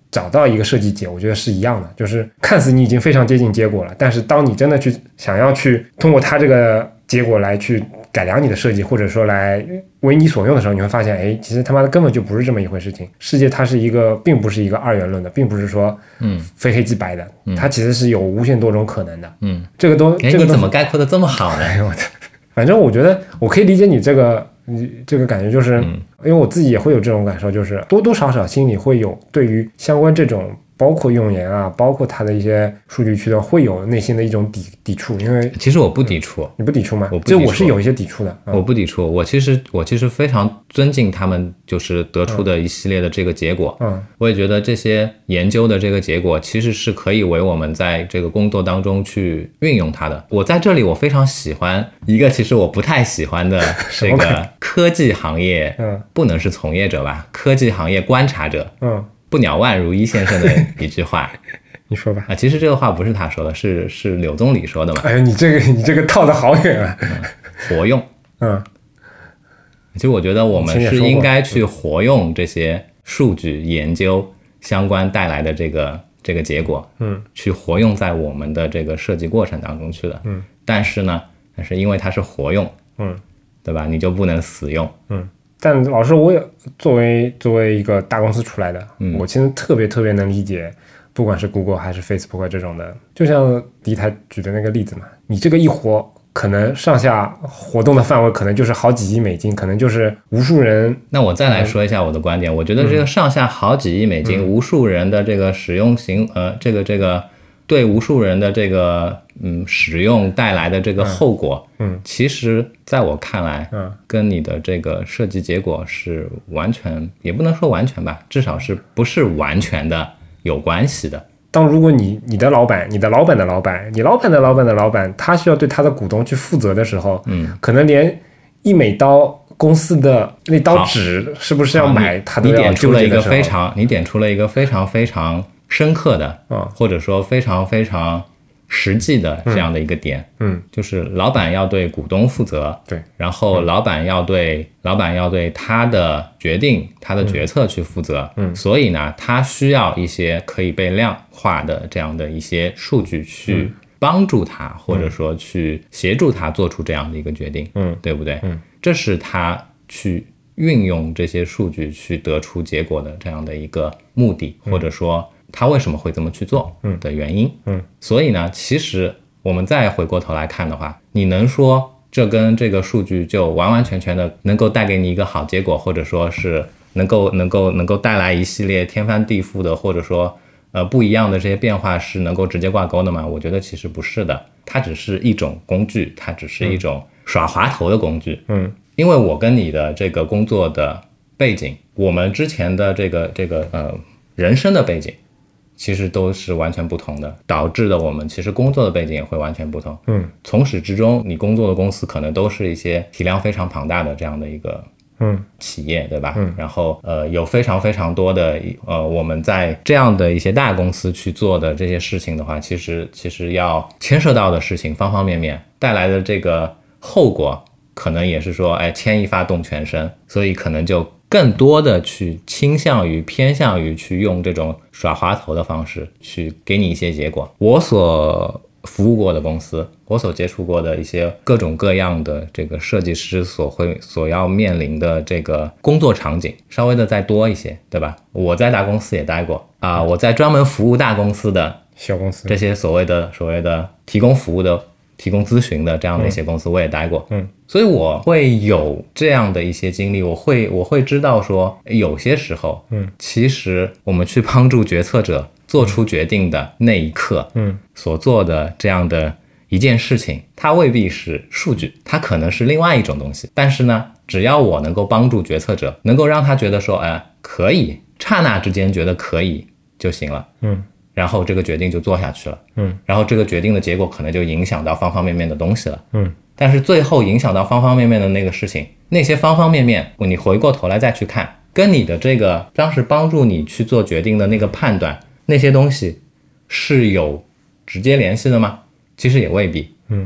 找到一个设计解，我觉得是一样的，就是看似你已经非常接近结果了，但是当你真的去想要去通过它这个结果来去改良你的设计，或者说来为你所用的时候，你会发现，哎，其实他妈的根本就不是这么一回事情。世界它是一个，并不是一个二元论的，并不是说，嗯，非黑即白的，嗯、它其实是有无限多种可能的。嗯，这个都， 哎， 这个你怎么概括的这么好呢？ 哎我反正我觉得我可以理解你这个，你这个感觉，就是、嗯、因为我自己也会有这种感受，就是多多少少心里会有对于相关这种。包括用言啊，包括它的一些数据渠道，会有内心的一种抵抵触，因为其实我不抵触， 嗯、你不抵触吗？ 我不抵触， 这我是有一些抵触的。 嗯、我不抵触，我其实我其实非常尊敬他们就是得出的一系列的这个结果。嗯，我也觉得这些研究的这个结果其实是可以为我们在这个工作当中去运用它的。我在这里我非常喜欢一个其实我不太喜欢的这个科技行业，嗯，不能是从业者吧？科技行业观察者，嗯。不鸟万如一先生的一句话， 你说吧。 啊，其实这个话不是他说的，是是柳宗理说的嘛。 哎呀，你这个你这个套得好远啊！ 嗯、活用，嗯，其实我觉得我们是应该去活用这些数据研究相关带来的这个这个结果，嗯，去活用在我们的这个设计过程当中去的，嗯。但是呢，但是因为它是活用，嗯，对吧？你就不能死用，嗯。 但老师，我也作为作为一个大公司出来的，嗯，我其实特别特别能理解，不管是 Google 还是 Facebook 这种的，就像第一台举的那个例子嘛，你这个一活，可能上下活动的范围可能就是好几亿美金，可能就是无数人。 那我再来说一下我的观点，嗯、我觉得这个上下好几亿美金，嗯、无数人的这个使用行，呃，这个这个对无数人的这个嗯使用带来的这个后果。嗯嗯，其实在我看来，嗯，跟你的这个设计结果是完全，也不能说完全吧，至少是不是完全的有关系的。 当如果你你的老板、你的老板的老板、你老板的老板的老板，他需要对他的股东去负责的时候，嗯，可能连一美刀公司的那刀纸是不是要买，他都要你点出了一个非常，你点出了一个非常非常深刻的，嗯，或者说非常非常。实际的这样的一个点，嗯，就是老板要对股东负责， 对， 然后老板要对、嗯、老板要对他的决定、他的决策去负责，嗯，所以呢，他需要一些可以被量化的这样的一些数据去帮助他，嗯、或者说去协助他做出这样的一个决定，嗯，对不对？嗯，这是他去运用这些数据去得出结果的这样的一个目的，嗯、或者说。他为什么会这么去做的原因，嗯，嗯所以呢，其实我们再回过头来看的话，你能说这跟这个数据就完完全全的能够带给你一个好结果，或者说是能够能够能够带来一系列天翻地覆的，或者说呃不一样的这些变化是能够直接挂钩的吗？我觉得其实不是的，它只是一种工具，它只是一种耍滑头的工具，嗯，因为我跟你的这个工作的背景，我们之前的这个这个呃人生的背景。其实都是完全不同的，导致的我们其实工作的背景也会完全不同。嗯，从始至终，你工作的公司可能都是一些体量非常庞大的这样的一个嗯企业，对吧？嗯，然后呃有非常非常多的呃我们在这样的一些大公司去做的这些事情的话，其实其实要牵涉到的事情方方面面带来的这个后果，可能也是说，哎，牵一发动全身，所以可能就。更多的去倾向于偏向于去用这种耍滑头的方式去给你一些结果。我所服务过的公司，我所接触过的一些各种各样的这个设计师所会所要面临的这个工作场景稍微的再多一些，对吧？我在大公司也待过啊，我在专门服务大公司的小公司这些所谓的所谓的提供服务的提供咨询的这样的一些公司我也待过，嗯，所以我会有这样的一些经历，我会我会知道说，有些时候，嗯，其实我们去帮助决策者做出决定的那一刻，嗯，所做的这样的一件事情，它未必是数据，它可能是另外一种东西，但是呢，只要我能够帮助决策者，能够让他觉得说，哎，可以，刹那之间觉得可以就行了，嗯。然后这个决定就做下去了，嗯，然后这个决定的结果可能就影响到方方面面的东西了，嗯，但是最后影响到方方面面的那个事情，那些方方面面，你回过头来再去看，跟你的这个当时帮助你去做决定的那个判断，那些东西是有直接联系的吗？其实也未必，嗯，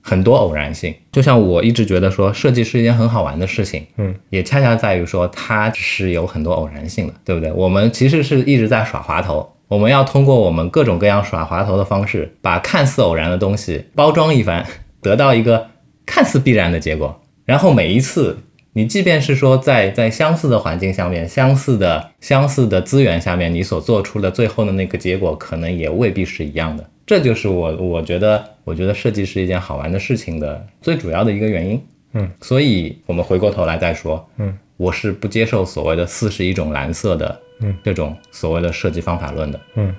很多偶然性。就像我一直觉得说设计是一件很好玩的事情， 嗯， 也恰恰在于说它是有很多偶然性的，对不对？我们其实是一直在耍滑头，我们要通过我们各种各样耍滑头的方式，把看似偶然的东西包装一番，得到一个看似必然的结果。然后每一次你即便是说在在相似的环境下面，相似的相似的资源下面，你所做出的最后的那个结果可能也未必是一样的。这就是我我觉得我觉得设计是一件好玩的事情的最主要的一个原因。 嗯， 所以我们回过头来再说， 嗯， 我是不接受所谓的四十一种蓝色的嗯这种所谓的设计方法论的。 嗯。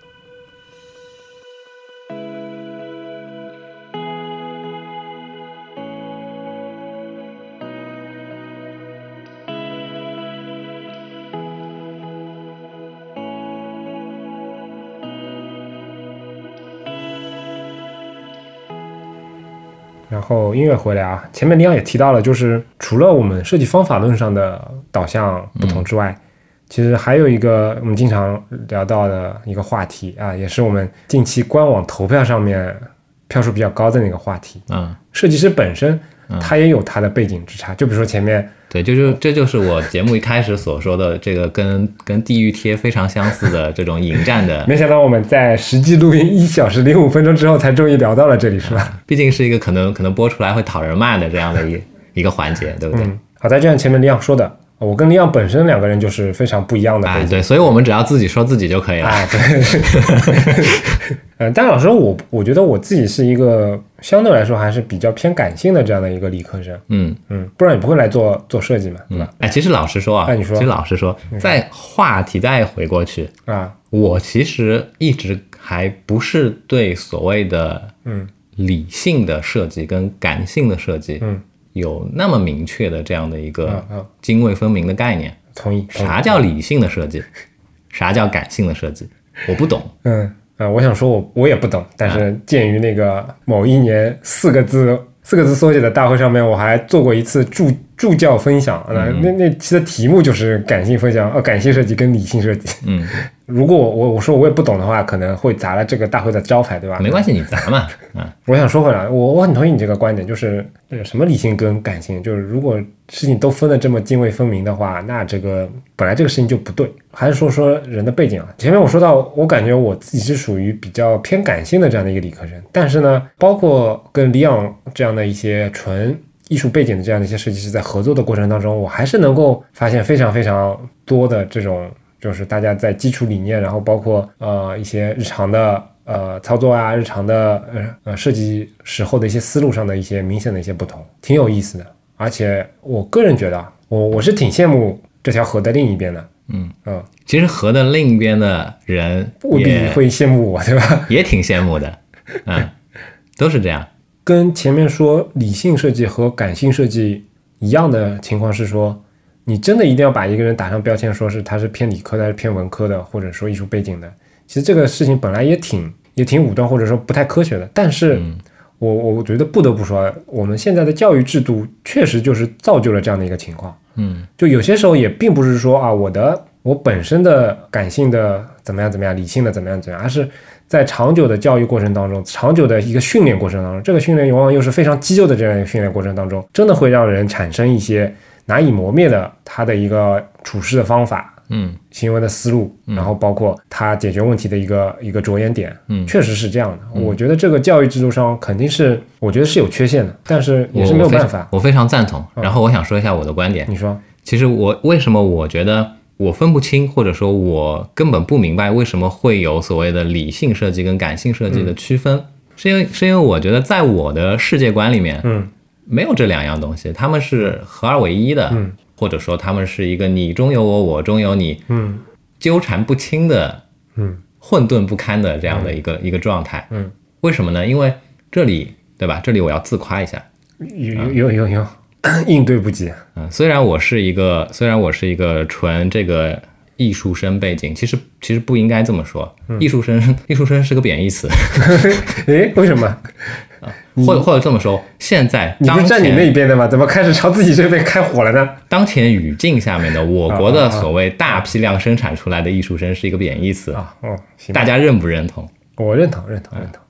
然后音乐回来啊，前面李阳也提到了，就是除了我们设计方法论上的导向不同之外，嗯、其实还有一个我们经常聊到的一个话题啊，也是我们近期官网投票上面票数比较高的那个话题。 嗯， 设计师本身他也有他的背景之差，就比如说前面。 对，就是这就是我节目一开始所说的这个跟跟地狱贴非常相似的这种引战的。 没想到我们在实际录音一小时零五分钟之后，才终于聊到了这里，是吧？ 毕竟是一个可能可能播出来会讨人骂的这样的一一个环节，对不对？ 嗯、好在就像前面李阳说的，我跟李阳本身两个人就是非常不一样的背景。 哎，对，所以我们只要自己说自己就可以了。 哎，对。呃，但老实说，我我觉得我自己是一个相对来说还是比较偏感性的这样的一个理科生。 嗯嗯，不然你不会来做做设计嘛，对吧？ 嗯、哎，其实老实说啊， 哎，你说， 其实老实说，在话题再回过去啊， 我其实一直还不是对所谓的嗯理性的设计跟感性的设计嗯有那么明确的这样的一个嗯泾渭分明的概念。 同意。 啥叫理性的设计？啥叫感性的设计？我不懂。 嗯。呃，我想说我我也不懂，但是鉴于那个某一年四个字四个字缩写的大会上面，我还做过一次助助教分享，呃嗯、 那那期的题目就是感性分享，呃，感性设计跟理性设计。 嗯， 如果我我说我也不懂的话，可能会砸了这个大会的招牌，对吧？ 没关系，你砸嘛。啊， 我想说回来，我我很同意你这个观点，就是什么理性跟感性，就是如果事情都分得这么泾渭分明的话，那这个本来这个事情就不对。还是说说人的背景啊，前面我说到，我感觉我自己是属于比较偏感性的这样的一个理科生，但是呢，包括跟李昂这样的一些纯艺术背景的这样的一些设计师在合作的过程当中，我还是能够发现非常非常多的这种，就是大家在基础理念，然后包括呃一些日常的呃操作啊，日常的呃呃设计时候的一些思路上的一些明显的一些不同，挺有意思的。而且我个人觉得，我我是挺羡慕这条河的另一边的。 嗯嗯， 其实河的另一边的人未必会羡慕我，对吧？ 也挺羡慕的，嗯，都是这样。 跟前面说理性设计和感性设计一样的情况是说，你真的一定要把一个人打上标签，说是他是偏理科的，还是偏文科的，或者说艺术背景的。其实这个事情本来也挺也挺武断，或者说不太科学的。但是我我觉得不得不说，我们现在的教育制度确实就是造就了这样的一个情况。 嗯， 就有些时候也并不是说啊，我的我本身的感性的怎么样怎么样，理性的怎么样怎么样，而是在长久的教育过程当中，长久的一个训练过程当中，这个训练往往又是非常激烈的这样一个训练过程当中，真的会让人产生一些难以磨灭的他的一个处事的方法， 嗯， 行为的思路，然后包括他解决问题的一个一个着眼点， 嗯， 确实是这样的。嗯、我觉得这个教育制度上肯定是，我觉得是有缺陷的，但是也是没有办法。 我非, 我非常赞同。然后我想说一下我的观点。 你说， 其实我为什么我觉得我分不清，或者说我根本不明白为什么会有所谓的理性设计跟感性设计的区分，嗯、是因为是因为我觉得在我的世界观里面， 嗯， 没有这两样东西，他们是合二为一的， 嗯， 或者说他们是一个你中有我，我中有你， 嗯， 纠缠不清的， 嗯， 混沌不堪的这样的一个、嗯、一个状态， 嗯， 为什么呢？因为这里对吧？这里我要自夸一下， 有有有有有。应对不及。 嗯，虽然我是一个，虽然我是一个纯这个艺术生背景，其实其实不应该这么说，嗯、艺术生艺术生是个贬义词。 诶，为什么？ 啊，或者或者这么说，现在你不是站你那边的吗？怎么开始朝自己这边开火了呢？ 当前语境下面的我国的所谓大批量生产出来的艺术生是一个贬义词啊，哦，行， 大家认不认同？ 我认同，认同，认同。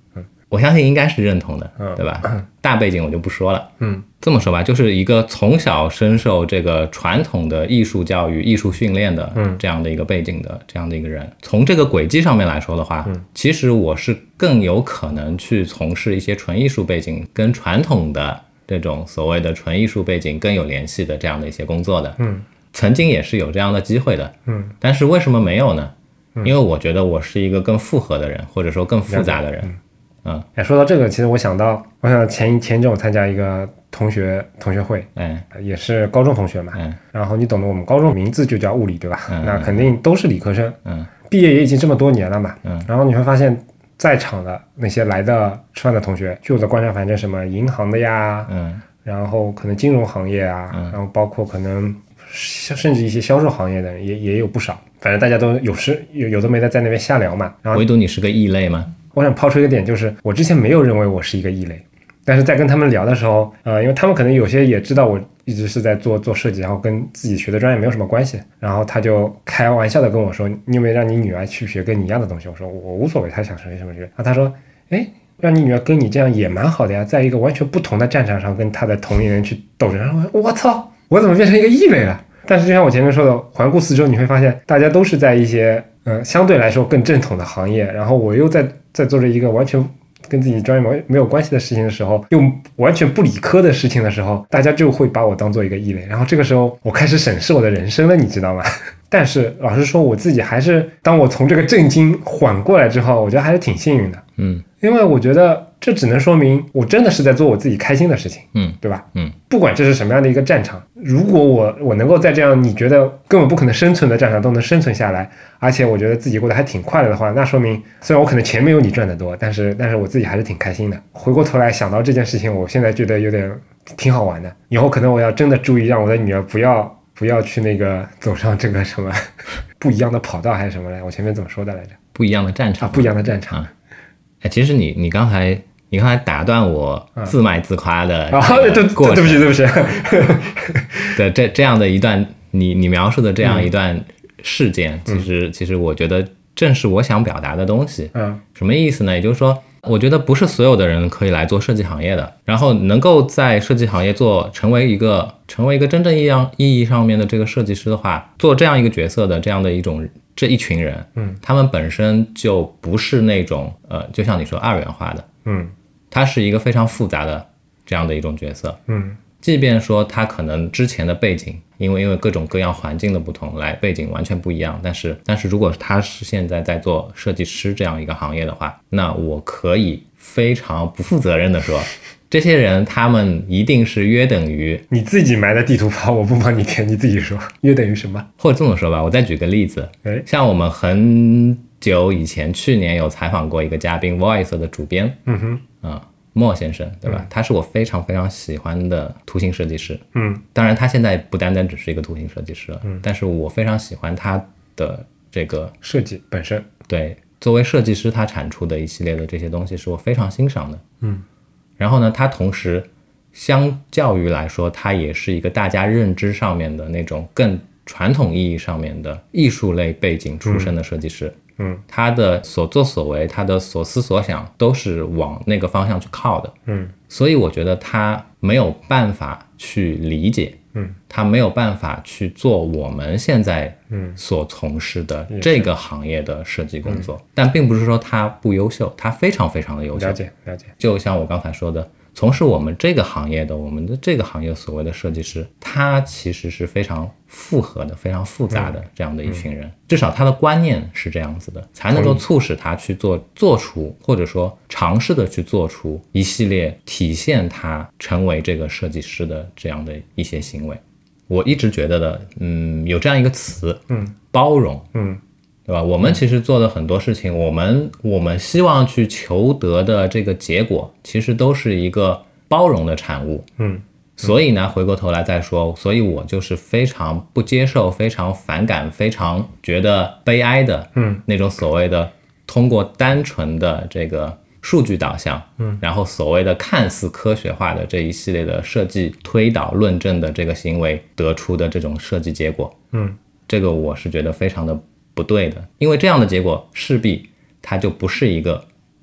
我相信应该是认同的， 嗯对吧？大背景我就不说了。 嗯， 这么说吧，就是一个从小深受这个传统的艺术教育、艺术训练的这样的一个背景的这样的一个人，从这个轨迹上面来说的话， 嗯， 其实我是更有可能去从事一些纯艺术背景跟传统的这种所谓的纯艺术背景更有联系的这样的一些工作的。 嗯， 曾经也是有这样的机会的。 嗯， 但是为什么没有呢？因为我觉得我是一个更复合的人，或者说更复杂的人。嗯， 哎，说到这个，其实我想到，我想前一前一阵我参加一个同学同学会， 哎， 也是高中同学嘛， 嗯， 然后你懂得，我们高中名字就叫物理，对吧？ 嗯， 那肯定都是理科生， 嗯， 毕业也已经这么多年了嘛， 嗯， 然后你会发现，在场的那些来的吃饭的同学，据我的观察，反正什么银行的呀， 嗯， 然后可能金融行业啊， 嗯， 然后包括可能甚至一些销售行业的人也也有不少，反正大家都有事有有的没的在那边瞎聊嘛，然后唯独你是个异类吗？ 我想抛出一个点，就是我之前没有认为我是一个异类，但是在跟他们聊的时候，呃，因为他们可能有些也知道我一直是在做做设计，然后跟自己学的专业没有什么关系，然后他就开玩笑的跟我说：“你有没有让你女儿去学跟你一样的东西？”我说：“我无所谓，她想学什么学。”然后他说：“哎，让你女儿跟你这样也蛮好的呀，在一个完全不同的战场上跟她的同龄人去斗争。”然后我我操，我怎么变成一个异类了？但是就像我前面说的，环顾四周，你会发现大家都是在一些呃相对来说更正统的行业，然后我又在在做着一个完全跟自己专业没没有关系的事情的时候，又完全不理科的事情的时候，大家就会把我当做一个异类。然后这个时候我开始审视我的人生了，你知道吗？但是老实说，我自己还是当我从这个震惊缓过来之后，我觉得还是挺幸运的。 嗯， 因为我觉得这只能说明我真的是在做我自己开心的事情， 嗯， 对吧？ 嗯， 不管这是什么样的一个战场，如果我我能够在这样你觉得根本不可能生存的战场都能生存下来，而且我觉得自己过得还挺快乐的话，那说明虽然我可能钱没有你赚得多，但是但是我自己还是挺开心的。回过头来想到这件事情，我现在觉得有点挺好玩的。以后可能我要真的注意，让我的女儿不要不要去那个走上这个什么不一样的跑道还是什么来？我前面怎么说的来着？ 不一样的战场啊，不一样的战场。 啊哎，其实你你刚才你刚才打断我自卖自夸的啊，对对对不起对不起， 对这这样的一段你你描述的这样一段事件，嗯、其实其实我觉得正是我想表达的东西。 嗯， 什么意思呢？也就是说，我觉得不是所有的人可以来做设计行业的，然后能够在设计行业做成为一个成为一个真正意义意义上面的这个设计师的话，做这样一个角色的这样的一种。这一群人， 嗯， 他们本身就不是那种呃，就像你说二元化的， 嗯， 他是一个非常复杂的这样的一种角色， 嗯， 即便说他可能之前的背景，因为因为各种各样环境的不同，来背景完全不一样，但是但是如果他是现在在做设计师这样一个行业的话，那我可以非常不负责任的说。这些人他们一定是约等于你自己埋的地图炮，我不帮你填，你自己说约等于什么？ 或者这么说吧，我再举个例子，像我们很久以前去年有采访过一个嘉宾 Voice 的主编， 嗯哼， 啊、嗯，莫先生，对吧、嗯？他是我非常非常喜欢的图形设计师，嗯，当然他现在不单单只是一个图形设计师了，嗯，但是我非常喜欢他的这个设计本身， 对，作为设计师他产出的一系列的这些东西是我非常欣赏的， 嗯。 然后呢，他同时相较于来说，他也是一个大家认知上面的那种更传统意义上面的艺术类背景出身的设计师。 嗯， 他的所作所为，他的所思所想都是往那个方向去靠的。 嗯， 所以我觉得他没有办法去理解， 嗯， 他没有办法去做我们现在所从事的这个行业的设计工作。嗯、但并不是说他不优秀，他非常非常的优秀。 了解了解。 就像我刚才说的，从事我们这个行业的，我们的这个行业所谓的设计师，他其实是非常复合的、非常复杂的这样的一群人。嗯嗯、至少他的观念是这样子的，才能够促使他去做做出，或者说尝试的去做出一系列体现他成为这个设计师的这样的一些行为。我一直觉得的，嗯，有这样一个词， 嗯， 包容， 嗯， 对吧？我们其实做的很多事情，我们我们希望去求得的这个结果，其实都是一个包容的产物， 嗯。 所以呢，回过头来再说，所以我就是非常不接受、非常反感、非常觉得悲哀的， 嗯， 那种所谓的通过单纯的这个数据导向， 嗯， 然后所谓的看似科学化的这一系列的设计推导论证的这个行为得出的这种设计结果， 嗯， 这个我是觉得非常的不对的，因为这样的结果势必它就不是一个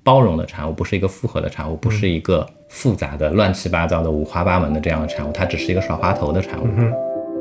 包容的产物，不是一个复合的产物，不是一个复杂的乱七八糟的五花八门的这样的产物，它只是一个耍花头的产物。 嗯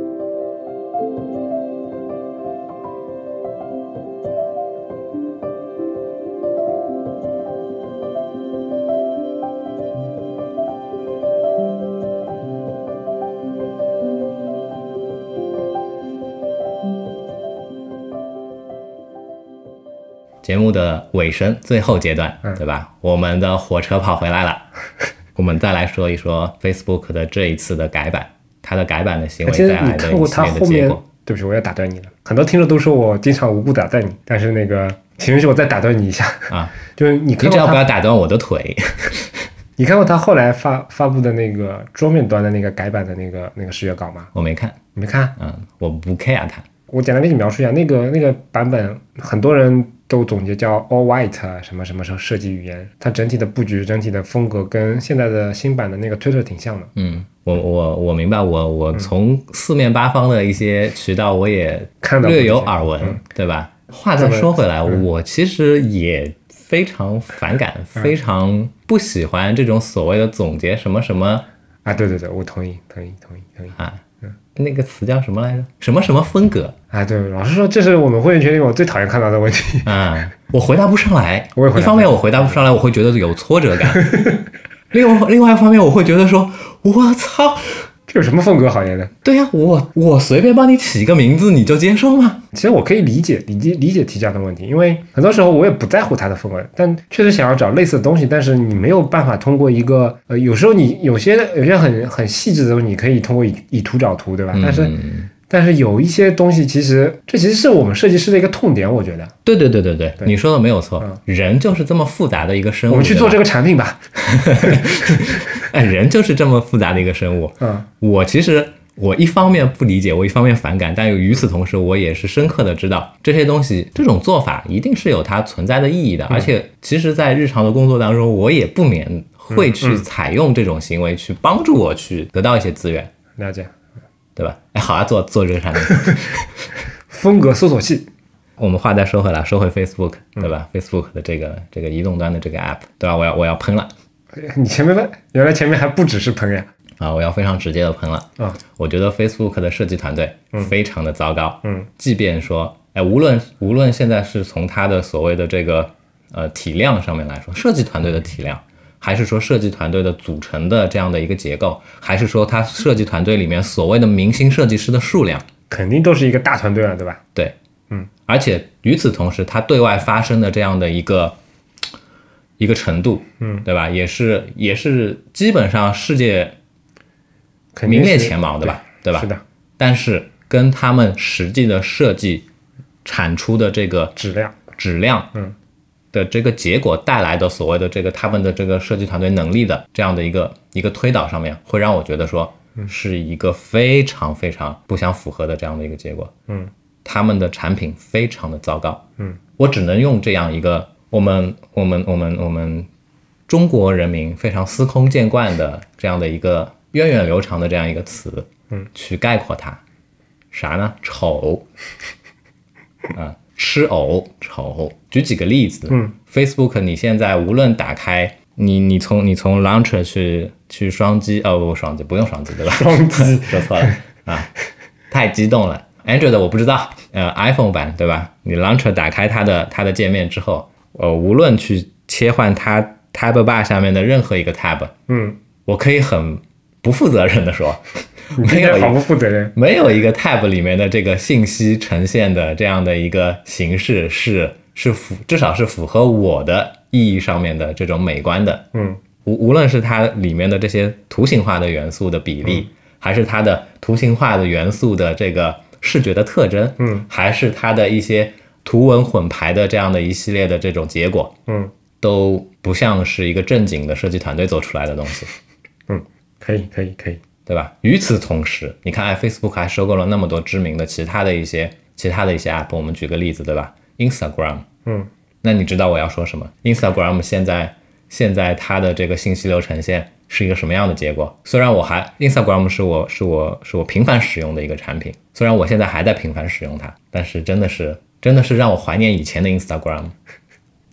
节目的尾声最后阶段，对吧？我们的火车跑回来了，我们再来说一说 Facebook 的这一次的改版，它的改版的行为带来的一系列的结果。 对不起，我要打断你了。很多听众都说我经常无故打断你，但是那个请允许我再打断你一下啊， 就是你看过你只要不要打断我的腿。 你看过他后来发发布的那个桌面端的那个改版的那个那个视觉稿吗？ 我没看， 你没看？ 嗯，我不 care 它。 我简单给你描述一下，那个那个版本，很多人都总结叫 all white 什么什么设计语言，它整体的布局、整体的风格跟现在的新版的那个 Twitter 挺像的。 嗯，我我我明白，我我从四面八方的一些渠道我也略有耳闻，嗯、对吧？话再说回来，嗯、我其实也非常反感、嗯、非常不喜欢这种所谓的总结什么什么啊，对对对，我同意，同意，同意，同意啊。那个词叫什么来着？什么什么风格？ 啊，对，老实说，这是我们会员群里我最讨厌看到的问题。 啊，我回答不上来。 我也回答一方面我回答不上来，我会觉得有挫折感；另外另外一方面，我会觉得说，我操， 这有什么风格好言的？ 对呀、啊，我我随便帮你起一个名字，你就接受吗？ 其实我可以理解理解理解提这样的问题，因为很多时候我也不在乎它的风格，但确实想要找类似的东西，但是你没有办法通过一个呃，有时候你有些有些很很细致的东西，你可以通过以以图找图，对吧？但是、嗯、但是有一些东西，其实这其实是我们设计师的一个痛点，我觉得。 对对对对 对, 对，你说的没有错、嗯，人就是这么复杂的一个生物。 我们去做这个产品吧。 哎，人就是这么复杂的一个生物。 嗯， 我其实。我一方面不理解，我一方面反感，但与此同时，我也是深刻的知道这些东西，这种做法一定是有它存在的意义的。嗯、而且，其实，在日常的工作当中，我也不免会去采用这种行为，去帮助我去得到一些资源。 了解， 对吧？哎，好啊，做做这个产品， 风格搜索器。 我们话再说回来，说回 Facebook， 对吧、嗯、？Facebook 的这个这个移动端的这个 App， 对吧？我要我要喷了。 你前面问，原来前面还不只是喷呀。 啊，我要非常直接的喷了啊！我觉得 Facebook 的设计团队非常的糟糕。 嗯， 即便说，哎，无论无论现在是从它的所谓的这个呃体量上面来说，设计团队的体量，还是说设计团队的组成的这样的一个结构，还是说它设计团队里面所谓的明星设计师的数量， 肯定都是一个大团队了，对吧？ 对， 嗯， 而且与此同时，它对外发声的这样的一个一个程度， 嗯， 对吧？也是也是基本上世界。名列前茅，对吧？对吧？ 是的。 但是跟他们实际的设计产出的这个质量、 质量， 嗯， 的这个结果带来的所谓的这个他们的这个设计团队能力的这样的一个一个推导上面，会让我觉得说是一个非常非常不相符合的这样的一个结果。 嗯， 他们的产品非常的糟糕。 嗯， 我只能用这样一个我们我们我们我们中国人民非常司空见惯的这样的一个。源远流长的这样一个词， 嗯， 去概括它，啥呢？丑，啊，吃藕，丑。举几个例子， 嗯 ，Facebook 你现在无论打开，你你从你从 Launcher 去去双击，哦不双击不用双击对吧？ 双击说错了啊，太激动了。Android 我不知道，呃 ，iPhone 版对吧？你 Launcher 打开它的它的界面之后，呃，无论去切换它 Tab Bar 下面的任何一个 Tab， 嗯， 我可以很。不负责任的说， 没有好不负责任， 没有一个 tab 里面的这个信息呈现的这样的一个形式是是符，至少是符合我的意义上面的这种美观的。 嗯， 无无论是它里面的这些图形化的元素的比例， 嗯、 还是它的图形化的元素的这个视觉的特征， 嗯， 还是它的一些图文混排的这样的一系列的这种结果， 嗯， 都不像是一个正经的设计团队做出来的东西。 嗯。可以，可以，可以， 对吧？与此同时，你看，哎 ，Facebook 还收购了那么多知名的其他的一些、其他的一些 App。我们举个例子，对吧 ？Instagram， 嗯， 那你知道我要说什么 ？Instagram 现在现在它的这个信息流呈现是一个什么样的结果？虽然我还 Instagram 是我是我是我频繁使用的一个产品，虽然我现在还在频繁使用它，但是真的是真的是让我怀念以前的 Instagram。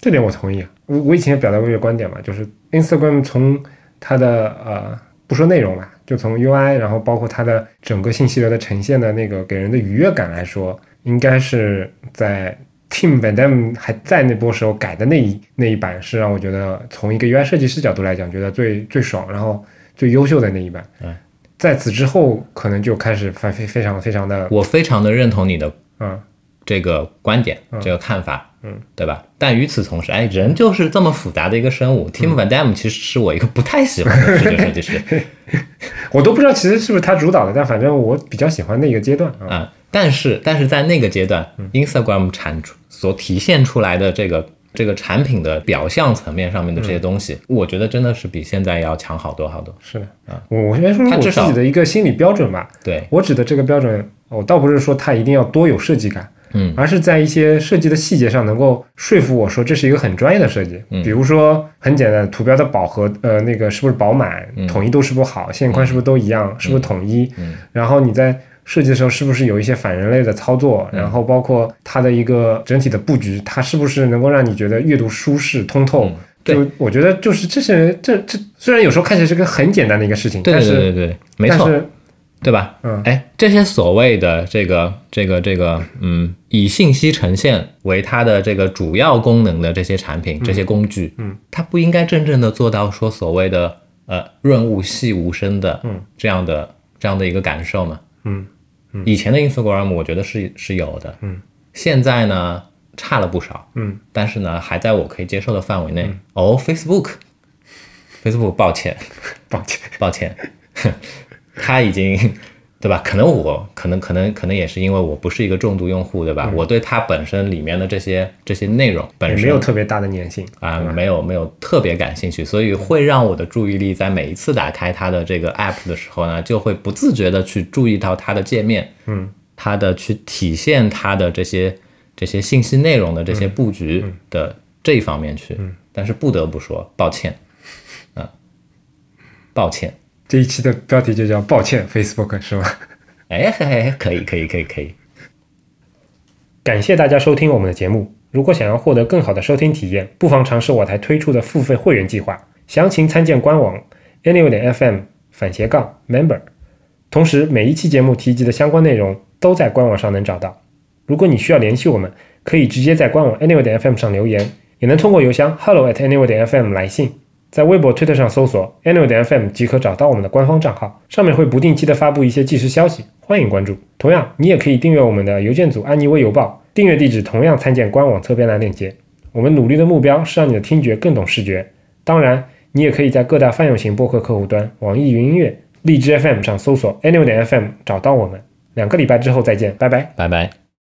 这点我同意啊。我我以前也表达过一个观点嘛，就是 Instagram 从它的呃不说内容吧，就从 U I， 然后包括它的整个信息流的呈现的那个给人的愉悦感来说，应该是在 Tim Van Damme 还在那波时候改的那一那一版，是让我觉得从一个 U I 设计师角度来讲，觉得最最爽，然后最优秀的那一版。 嗯， 在此之后，可能就开始非非常非常的， 我非常的认同你的嗯这个观点， 嗯、 这个看法， 嗯， 对吧？但与此同时，哎，人就是这么复杂的一个生物。嗯、Tim Van Damme 其实是我一个不太喜欢的视觉设计师， 我都不知道其实是不是他主导的，但反正我比较喜欢那个阶段啊。 嗯，但是但是在那个阶段、嗯、，Instagram 产出所体现出来的这个这个产品的表象层面上面的这些东西，嗯、我觉得真的是比现在要强好多好多。 是的啊，我我先说说我自己的一个心理标准吧。 对， 我指的这个标准，我倒不是说它一定要多有设计感。嗯，而是在一些设计的细节上能够说服我说这是一个很专业的设计。嗯，比如说很简单，图标的饱和，呃，那个是不是饱满，嗯、统一度是不是好，线宽是不是都一样，嗯、是不是统一？嗯，然后你在设计的时候是不是有一些反人类的操作？嗯、然后包括它的一个整体的布局，它是不是能够让你觉得阅读舒适通透？嗯、就我觉得就是这些人，这这虽然有时候看起来是个很简单的一个事情， 对对对对对，没错。对吧？ 嗯， 哎，这些所谓的这个这个这个，嗯，以信息呈现为它的这个主要功能的这些产品、嗯、这些工具，嗯，它不应该真正的做到说所谓的呃润物细无声的，嗯，这样的这样的一个感受嘛， 嗯嗯， 以前的 Instagram 我觉得是是有的，嗯，现在呢差了不少，嗯，但是呢还在我可以接受的范围内。嗯、哦 ，Facebook，Facebook， 抱歉， 抱歉， 抱歉。他已经，对吧？可能我可能可能可能也是因为我不是一个重度用户，对吧？嗯、我对它本身里面的这些这些内容本身也没有特别大的粘性啊，没有没有特别感兴趣，所以会让我的注意力在每一次打开它的这个 app 的时候呢，就会不自觉的去注意到它的界面，嗯，它的去体现它的这些这些信息内容的这些布局的这一方面去。嗯嗯、但是不得不说，抱歉，啊，抱歉。 这一期的标题就叫抱歉 Facebook 是吗？ 哎，可以可以可以可以。 感谢大家收听我们的节目，如果想要获得更好的收听体验，不妨尝试我台推出的付费会员计划，详情参见官网 anyway 点 F M 反斜杠 member。 同时每一期节目提及的相关内容都在官网上能找到。如果你需要联系我们，可以直接在官网 anyway 点 F M 上留言，也能通过邮箱 hello at anyway 点 F M 来信，在微博、推特上搜索 anyway 点 F M 即可找到我们的官方账号，上面会不定期的发布一些即时消息，欢迎关注。同样，你也可以订阅我们的邮件组安妮微邮报，订阅地址同样参见官网侧边栏链接。我们努力的目标是让你的听觉更懂视觉。当然，你也可以在各大泛用型播客客户端、网易云音乐、荔枝 F M 上搜索 anyway 点 F M 找到我们。两个礼拜之后再见，拜拜， 拜拜。